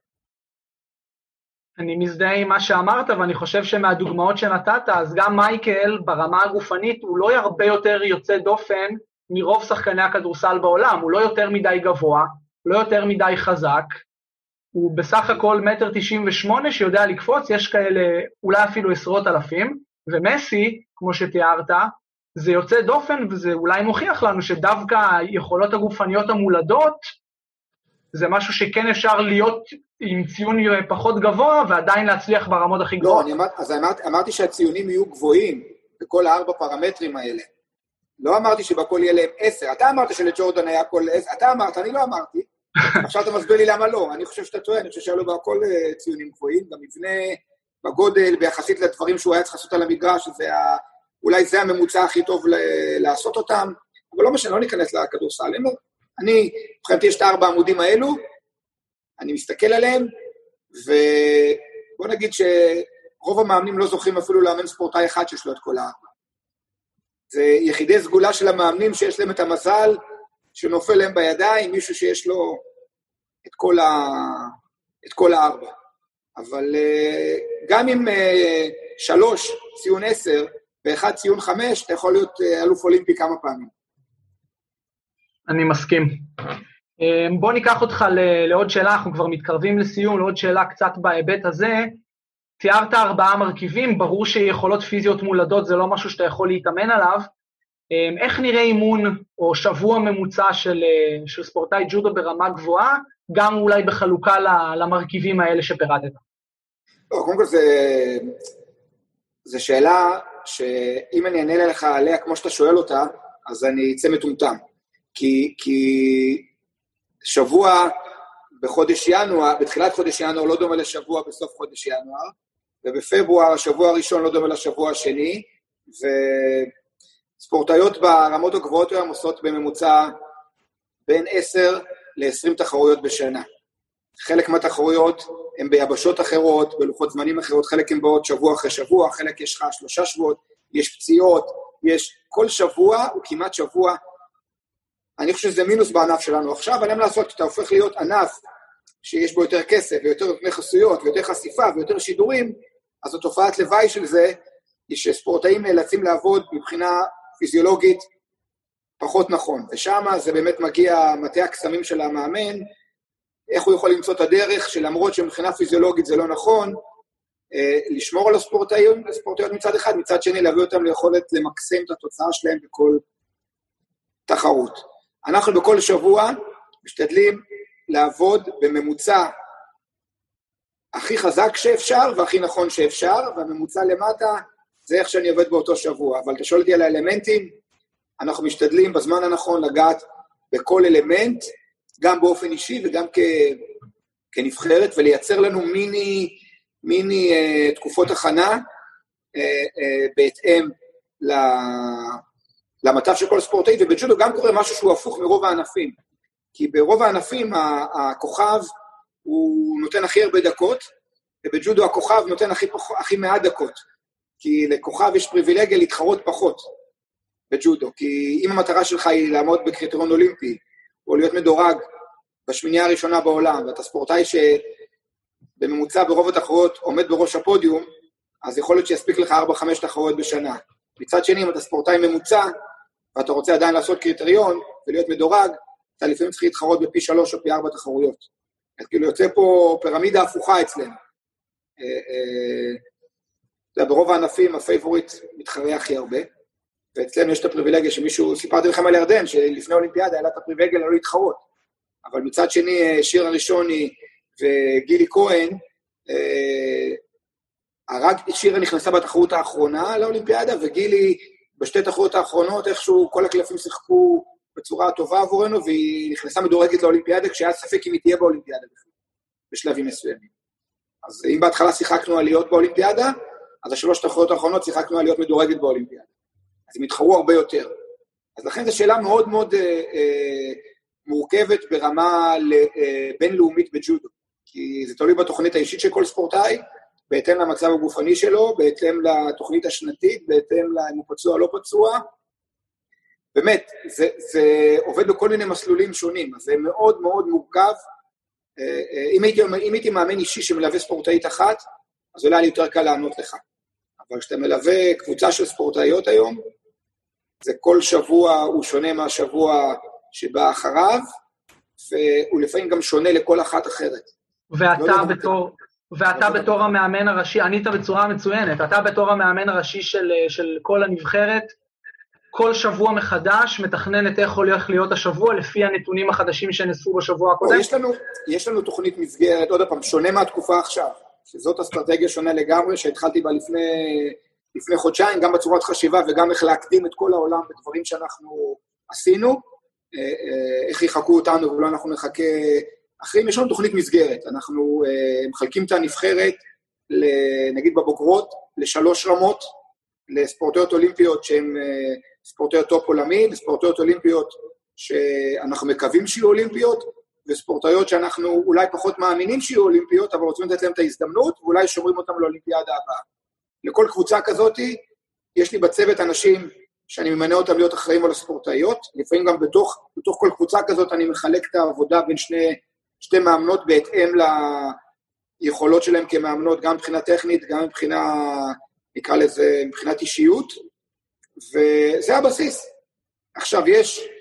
אני מזדהה עם מה שאמרת, ואני חושב שמהדוגמאות שנתת, אז גם מייקל ברמה הגופנית, הוא לא הרבה יותר יוצא דופן מרוב שחקני הכדורסל בעולם, הוא לא יותר מדי גבוה, לא יותר מדי חזק, הוא בסך הכל מטר תשעים ושמונה שיודע לקפוץ, יש כאלה אולי אפילו עשרות אלפים, ומסי, כמו שתיארת, זה יוצא דופן, וזה אולי מוכיח לנו שדווקא היכולות הגופניות המולדות, זה משהו שכן אפשר להיות עם ציון פחות גבוה, ועדיין להצליח ברמות הכי גבוהות. לא, אמר, אז אמר, אמרתי שהציונים יהיו גבוהים, בכל הארבע פרמטרים האלה. לא אמרתי שבכל יהיה להם עשר. אתה אמרת שלג'ורדן היה כל עשר, אתה אמרת, אני לא אמרתי. עכשיו אתה מסביר לי למה לא. אני חושב שאתה טועה, אני חושב שהיה לו בכל ציונים גבוהים, במבנה, בגודל, ביחסית לדברים שהוא היה צריך לעשות על המגרש, שזה ה... אולי זה הממוצע הכי טוב ל- לעשות אותם, אבל לא משנה, לא ניכנס לכדורסל. אני, מבחינתי יש את הארבע עמודים האלו, אני מסתכל עליהם, ובוא נגיד שרוב המאמנים לא זוכים אפילו לאמן ספורטאי אחד שיש לו את כל הארבע. זה יחידי סגולה של המאמנים שיש להם את המזל, שנופל להם בידיים, מישהו שיש לו את כל, ה... את כל הארבע. אבל גם עם שלוש ציון עשר, ואחד ציון חמש, אתה יכול להיות אלוף אולימפי כמה פעמים. אני מסכים. בוא ניקח אותך לעוד שאלה, אנחנו כבר מתקרבים לסיום, לעוד שאלה קצת בהיבט הזה. תיארת ארבעה מרכיבים, ברור שיכולות פיזיות מולדות זה לא משהו שאתה יכול להתאמן עליו. איך נראה אימון או שבוע ממוצע של, של ספורטאי ג'ודו ברמה גבוהה, גם אולי בחלוקה למרכיבים האלה שפירטת? לא, קודם כל זה, זה שאלה שאם אני אענה לך עליה כמו שאתה שואל אותה, אז אני אצא מטומטם. כי, כי שבוע בחודש ינואר, בתחילת חודש ינואר לא דומה לשבוע בסוף חודש ינואר, ובפברואר השבוע הראשון לא דומה לשבוע השני, וספורטאיות ברמות הגבוהות היום עושות בממוצע בין עשר ל-עשרים תחרויות בשנה. חלק מהתחרויות הן ביבשות אחרות, בלוחות זמנים אחרות, חלק הן בעוד שבוע אחרי שבוע, חלק יש לך שלושה שבועות, יש פציעות, יש כל שבוע הוא כמעט שבוע. אני חושב שזה מינוס בענף שלנו עכשיו, אבל אין לעשות, אתה הופך להיות ענף שיש בו יותר כסף, ויותר נותני חסויות, ויותר חשיפה, ויותר שידורים, אז התופעת לוואי של זה, היא שספורטאים נאלצים לעבוד מבחינה פיזיולוגית פחות נכון, ושם זה באמת מגיע מטה הקסמים של המאמן, איך הוא יכול למצוא את הדרך, שלמרות שמבחינה פיזיולוגית זה לא נכון, לשמור על הספורטאים, הספורטאיות מצד אחד, מצד שני להביא אותם ליכולת למקסם את התוצאה שלהם בכל תחרות. אנחנו בכל שבוע משתדלים לעבוד בממוצע הכי חזק שאפשר והכי נכון שאפשר, והממוצע למטה זה איך שאני עובד באותו שבוע. אבל אתה שואל אותי על האלמנטים, אנחנו משתדלים בזמן הנכון לגעת בכל אלמנט, גם באופן אישי וגם כ... כנבחרת, ולייצר לנו מיני, מיני אה, תקופות הכנה אה, אה, בהתאם ל... למצב של כל ספורטאי, ובג'ודו גם קורה משהו שהוא הפוך מרוב הענפים. כי ברוב הענפים הכוכב הוא נותן הכי הרבה דקות, ובג'ודו הכוכב נותן הכי, פח... הכי מעט דקות. כי לכוכב יש פריבילגיה להתחרות פחות בג'ודו. כי אם המטרה שלך היא לעמוד בקריטריון אולימפי, או להיות מדורג בשמינייה הראשונה בעולם, ואתה ספורטאי שבממוצע ברוב התחרות עומד בראש הפודיום, אז יכול להיות שיספיק לך ארבע חמש תחרות בשנה. מצד שני, אם אתה ספורטאי ממוצע, ואתה רוצה עדיין לעשות קריטריון ולהיות מדורג, אתה לפעמים צריך להתחרות בפי שלוש או פי ארבע תחרויות. אז כאילו יוצא פה פירמידה הפוכה אצלנו. ברוב הענפים הפייבוריט מתחרה הכי הרבה, ואצלנו יש את הפריבילגיה שמישהו, סיפרתי לכם על ירדן, שלפני אולימפיאדה היה לה את הפריבילגיה לא להתחרות. אבל מצד שני, שיר הראשוני וגילי כהן, הרג, שירה נכנסה בתחרות האחרונה לאולימפיאדה, וגילי בשתי תחרות האחרונות, איכשהו כל הקלפים שיחקו בצורה טובה עבורנו, והיא נכנסה מדורגת לאולימפיאדה, כשהיה ספק אם היא תהיה באולימפיאדה בכלל, בשלבים מסוימים. אז אם בהתחלה שיחקנו על להיות באולימפיאדה, אז השלוש תחרות האחרונות שיחקנו על להיות מדורגת באולימפיאדה. אז הם התחרו הרבה יותר. אז לכן זו שאלה מאוד מאוד אה, אה, מורכבת ברמה אה, בינלאומית בג'ודו, כי זה תלוי בתוכנית האישית של כל ספורטאי, בהתאם למצב הגופני שלו, בהתאם לתוכנית השנתית, בהתאם אם הוא פצוע או לא פצוע. באמת, זה, זה עובד בכל מיני מסלולים שונים, אז זה מאוד מאוד מורכב. אם הייתי, אם הייתי מאמן אישי שמלווה ספורטאית אחת, אז אולי לי יותר קל לענות לך. אבל כשאתה מלווה קבוצה של ספורטאיות היום, זה כל שבוע הוא שונה מהשבוע שבא אחריו, והוא לפעמים גם שונה לכל אחת אחרת. ואתה לא בתור... ואתה בתור המאמן הראשי, ענית בצורה מצוינת, אתה בתור המאמן הראשי של, של כל הנבחרת, כל שבוע מחדש מתכנן את איך הולך להיות השבוע, לפי הנתונים החדשים שנספו בשבוע הקודם? יש לנו, יש לנו תוכנית מסגרת, עוד פעם, שונה מהתקופה עכשיו, שזאת אסטרטגיה שונה לגמרי, שהתחלתי בה לפני, לפני חודשיים, גם בצורת חשיבה וגם איך להקדים את כל העולם בדברים שאנחנו עשינו, איך יחכו אותנו ולא אנחנו נחכה אחרים. יש לנו תוכנית מסגרת, אנחנו uh, מחלקים את הנבחרת, נגיד בבוגרות, לשלוש רמות, לספורטאיות אולימפיות שהן uh, ספורטאיות טופ עולמי, לספורטאיות אולימפיות שאנחנו מקווים שיהיו אולימפיות, וספורטאיות שאנחנו אולי פחות מאמינים שיהיו אולימפיות, אבל רוצים לתת להם את ההזדמנות, ואולי שומרים אותם לאולימפיאדה הבאה. לכל קבוצה כזאת, יש לי בצוות אנשים שאני ממנה אותם להיות אחראים על הספורטאיות, לפעמים גם בתוך, בתוך כל קבוצה כזאת אני מחלק את העבודה בין שני שתי מאמנות בהתאם ליכולות שלהם כמאמנות, גם מבחינה טכנית, גם מבחינה, נקרא לזה, מבחינת אישיות, וזה הבסיס. עכשיו יש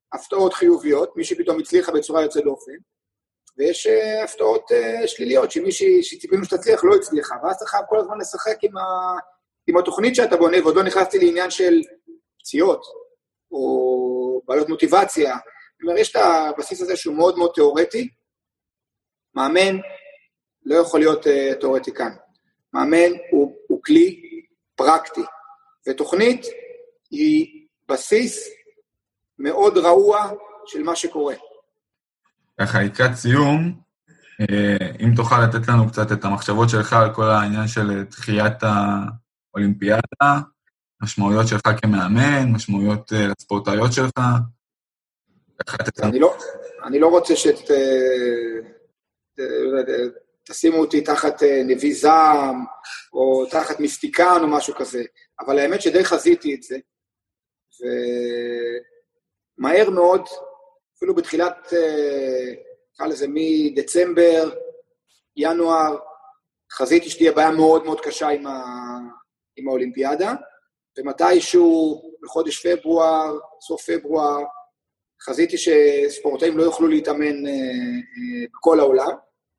הפתעות חיוביות, מי שפתאום הצליחה בצורה יוצאת דופן, ויש הפתעות שליליות, שמי שציפינו שתצליח לא הצליחה, ואז אתה חייב כל הזמן לשחק עם, ה... עם התוכנית שאתה בונה, ועוד לא נכנסתי לעניין של פציעות, או בעיות מוטיבציה. זאת אומרת, יש את הבסיס הזה שהוא מאוד מאוד תיאורטי, מאמן לא יכול להיות uh, תיאורטיקן. מאמן הוא, הוא כלי פרקטי, ותוכנית היא בסיס מאוד רעוע של מה שקורה. ככה, לקראת סיום, אם תוכל לתת לנו קצת את המחשבות שלך על כל העניין של דחיית האולימפיאדה, משמעויות שלך כמאמן, משמעויות לספורטאיות שלך. אני לא, אני לא רוצה שת... תשימו אותי תחת נביא זעם, או תחת מיסטיקן או משהו כזה, אבל האמת שדי חזיתי את זה, ומהר מאוד, אפילו בתחילת, נקרא לזה מדצמבר, ינואר, חזיתי שתהיה בעיה מאוד מאוד קשה עם, ה... עם האולימפיאדה, ומתישהו בחודש פברואר, סוף פברואר, חזיתי שספורטאים לא יוכלו להתאמן בכל העולם,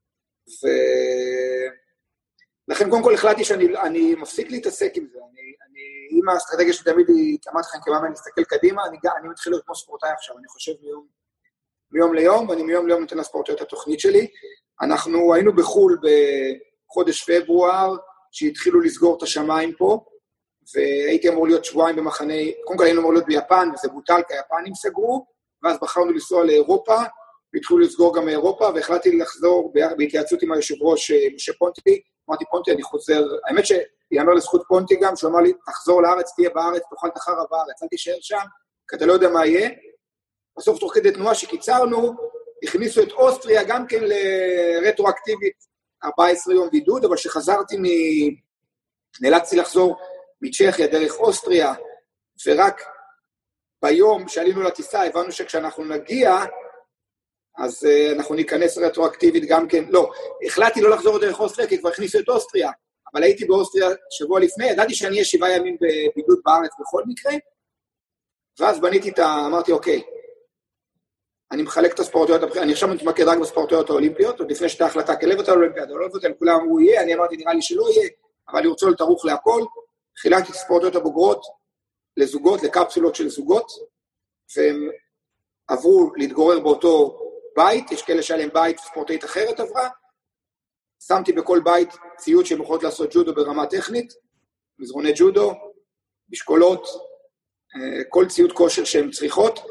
ולכן קודם כל החלטתי שאני אני מפסיק להתעסק עם זה, אני, אני, עם האסטרטגיה שתמיד אמרתי לכם כמאמן להסתכל קדימה, אני, אני מתחיל להיות כמו ספורטאי עכשיו, אני חושב מיום, מיום ליום, ואני מיום ליום נותן לספורטאיות את התוכנית שלי. אנחנו היינו בחול בחודש פברואר, שהתחילו לסגור את השמיים פה, והייתי אמור להיות שבועיים במחנה, קודם כל היינו אמור להיות ביפן, וזה בוטל, כי היפנים סגרו, ואז בחרנו לנסוע לאירופה, והתחילו לסגור גם מאירופה, והחלטתי לחזור בהתייעצות עם היושב ראש משה פונטי, אמרתי פונטי, אני חוזר, האמת שיאמר לזכות פונטי גם, שהוא אמר לי, תחזור לארץ, תהיה בארץ, תאכל את החרא בארץ, אל תישאר שם, כי אתה לא יודע מה יהיה. בסוף תוך כדי תנועה שקיצרנו, הכניסו את אוסטריה גם כן לרטרואקטיבית, ארבעה עשר יום בידוד, אבל שחזרתי מ... נאלצתי לחזור מצ'כיה דרך אוסטריה, ורק ביום שעלינו לטיסה, הבנו שכשאנחנו נגיע, אז uh, אנחנו ניכנס רטרואקטיבית גם כן, לא, החלטתי לא לחזור דרך אוסטריה, כי כבר הכניסו את אוסטריה, אבל הייתי באוסטריה שבוע לפני, ידעתי שאני אהיה שבעה ימים בבידוד בארץ בכל מקרה, ואז בניתי את ה... אמרתי, אוקיי, אני מחלק את הספורטיות, אני עכשיו מתמקד רק בספורטיות האולימפיות, עוד לפני שתה החלטה, כלב אותה לאולימפיאדה, לא לבטל, כולם אמרו יהיה, אני אמרתי, נראה לי שלא יהיה, אבל אני רוצה לתרוך להכל, חילקתי את הספורטיות הבוגרות לזוגות, לקפסולות של זוגות, והם עברו להתגורר באותו בית, יש כאלה שעליהם בית ספורטאית אחרת עברה, שמתי בכל בית ציוד שהן יכולות לעשות ג'ודו ברמה טכנית, מזרוני ג'ודו, משקולות, כל ציוד כושר שהן צריכות,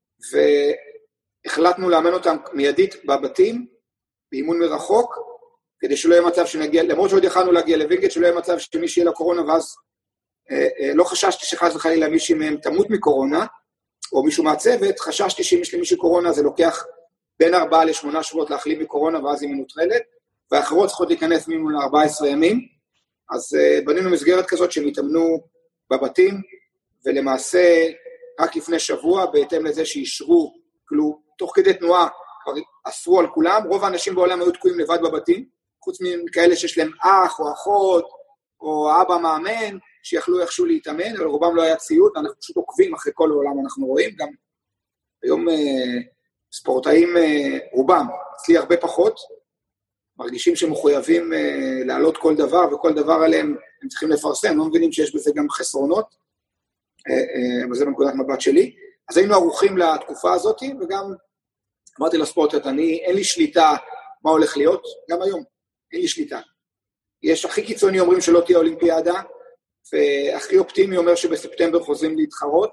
והחלטנו לאמן אותם מיידית בבתים, באימון מרחוק, כדי שלא יהיה מצב שנגיע, למרות שעוד יכלנו להגיע לווינגייט, שלא יהיה מצב שמישהי יהיה לקורונה, ואז אה, אה, לא חששתי שחס וחלילה מישהי מהם תמות מקורונה, או מישהו מהצוות, חששתי שאם יש למישהו קורונה, זה לוקח בין ארבעה לשמונה שבועות להחלים מקורונה, ואז היא מנוטרלת, והאחרות צריכות להיכנס מימון ל-ארבעה עשר ימים, אז אה, בנינו מסגרת כזאת שהם התאמנו בבתים, ולמעשה רק לפני שבוע, בהתאם לזה שישרו, כאילו, תוך כדי תנועה, כבר אסרו על כולם, רוב האנשים בעולם היו תקועים לבד בבתים, חוץ מכאלה שיש להם אח או אחות, או אבא מאמן, שיכלו איכשהו להתאמן, אבל רובם לא היה ציוד, אנחנו פשוט עוקבים אחרי כל העולם, אנחנו רואים גם, היום אה, ספורטאים אה, רובם, אצלי הרבה פחות, מרגישים שמחויבים אה, לעלות כל דבר, וכל דבר עליהם הם צריכים לפרסם, לא מבינים שיש בזה גם חסרונות, אה, אה, אבל זה בנקודת מבט שלי, אז היינו ערוכים לתקופה הזאת, וגם אמרתי לספורטאיות, אני, אין לי שליטה מה הולך להיות, גם היום, אין לי שליטה. יש הכי קיצוני אומרים שלא תהיה אולימפיאדה, והכי אופטימי אומר שבספטמבר חוזרים להתחרות.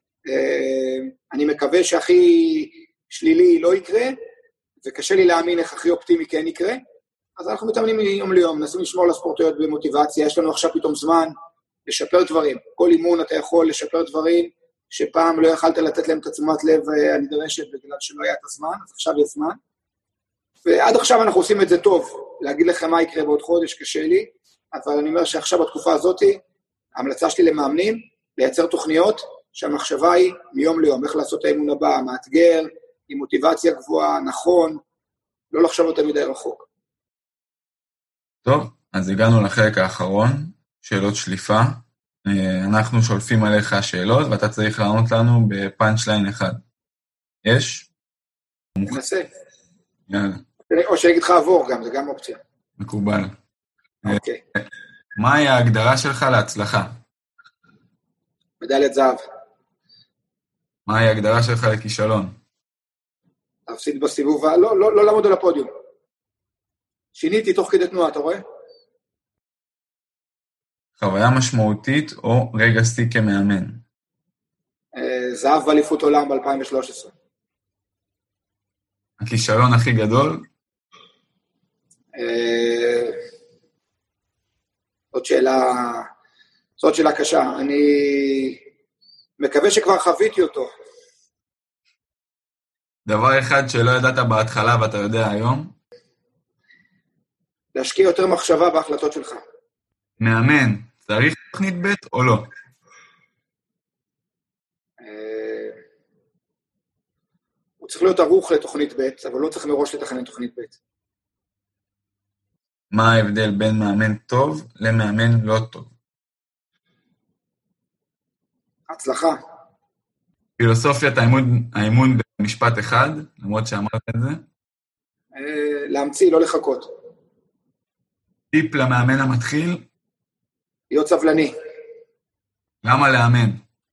אני מקווה שהכי שלילי לא יקרה, וקשה לי להאמין איך הכי אופטימי כן יקרה, אז אנחנו מתאמנים מיום ליום, מנסים לשמור לספורטאיות במוטיבציה, יש לנו עכשיו פתאום זמן לשפר דברים. כל אימון אתה יכול לשפר דברים, שפעם לא יכלת לתת להם את עצמת לב הנדרשת בגלל שלא היה את הזמן, אז עכשיו יש זמן. ועד עכשיו אנחנו עושים את זה טוב, להגיד לכם מה יקרה בעוד חודש קשה לי, אבל אני אומר שעכשיו בתקופה הזאת, ההמלצה שלי למאמנים, לייצר תוכניות שהמחשבה היא מיום ליום, איך לעשות את האימון הבא, מאתגר, עם מוטיבציה גבוהה, נכון, לא לחשוב יותר מדי רחוק. טוב, אז הגענו לחלק האחרון, שאלות שליפה. אנחנו שולפים עליך שאלות, ואתה צריך לענות לנו בפאנצ'ליין אחד. יש? ננסה. יאללה. או שאני אגיד לך עבור גם, זה גם אופציה. מקובל. אוקיי. מהי ההגדרה שלך להצלחה? מדליית זהב. מהי ההגדרה שלך לכישלון? להפסיד בסיבוב, לא, לא, לא לעמוד על הפודיום. שיניתי תוך כדי תנועה, אתה רואה? חוויה משמעותית או רגע שיא כמאמן? זהב באליפות עולם ב-אלפיים ושלוש עשרה. הכישלון הכי גדול? זאת שאלה, זאת שאלה קשה. אני מקווה שכבר חוויתי אותו. דבר אחד שלא ידעת בהתחלה ואתה יודע היום? להשקיע יותר מחשבה בהחלטות שלך. מאמן, צריך תוכנית ב' או לא? הוא צריך להיות ערוך לתוכנית ב', אבל לא צריך מראש לתכנן תוכנית ב'. מה ההבדל בין מאמן טוב למאמן לא טוב? הצלחה. פילוסופיית האימון, האימון במשפט אחד, למרות שאמרת את זה. להמציא, לא לחכות. טיפ למאמן המתחיל. להיות סבלני. למה לאמן?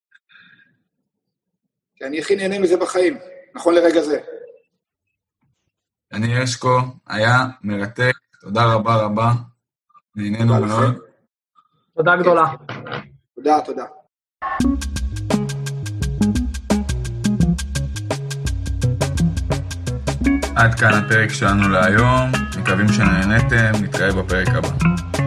כי אני הכי נהנה מזה בחיים, נכון לרגע זה. אני אשקו, היה מרתק, תודה רבה רבה, נהנינו מאוד. תודה גדולה. תודה, תודה. עד כאן הפרק שלנו להיום, מקווים שנהנתם, נתראה בפרק הבא.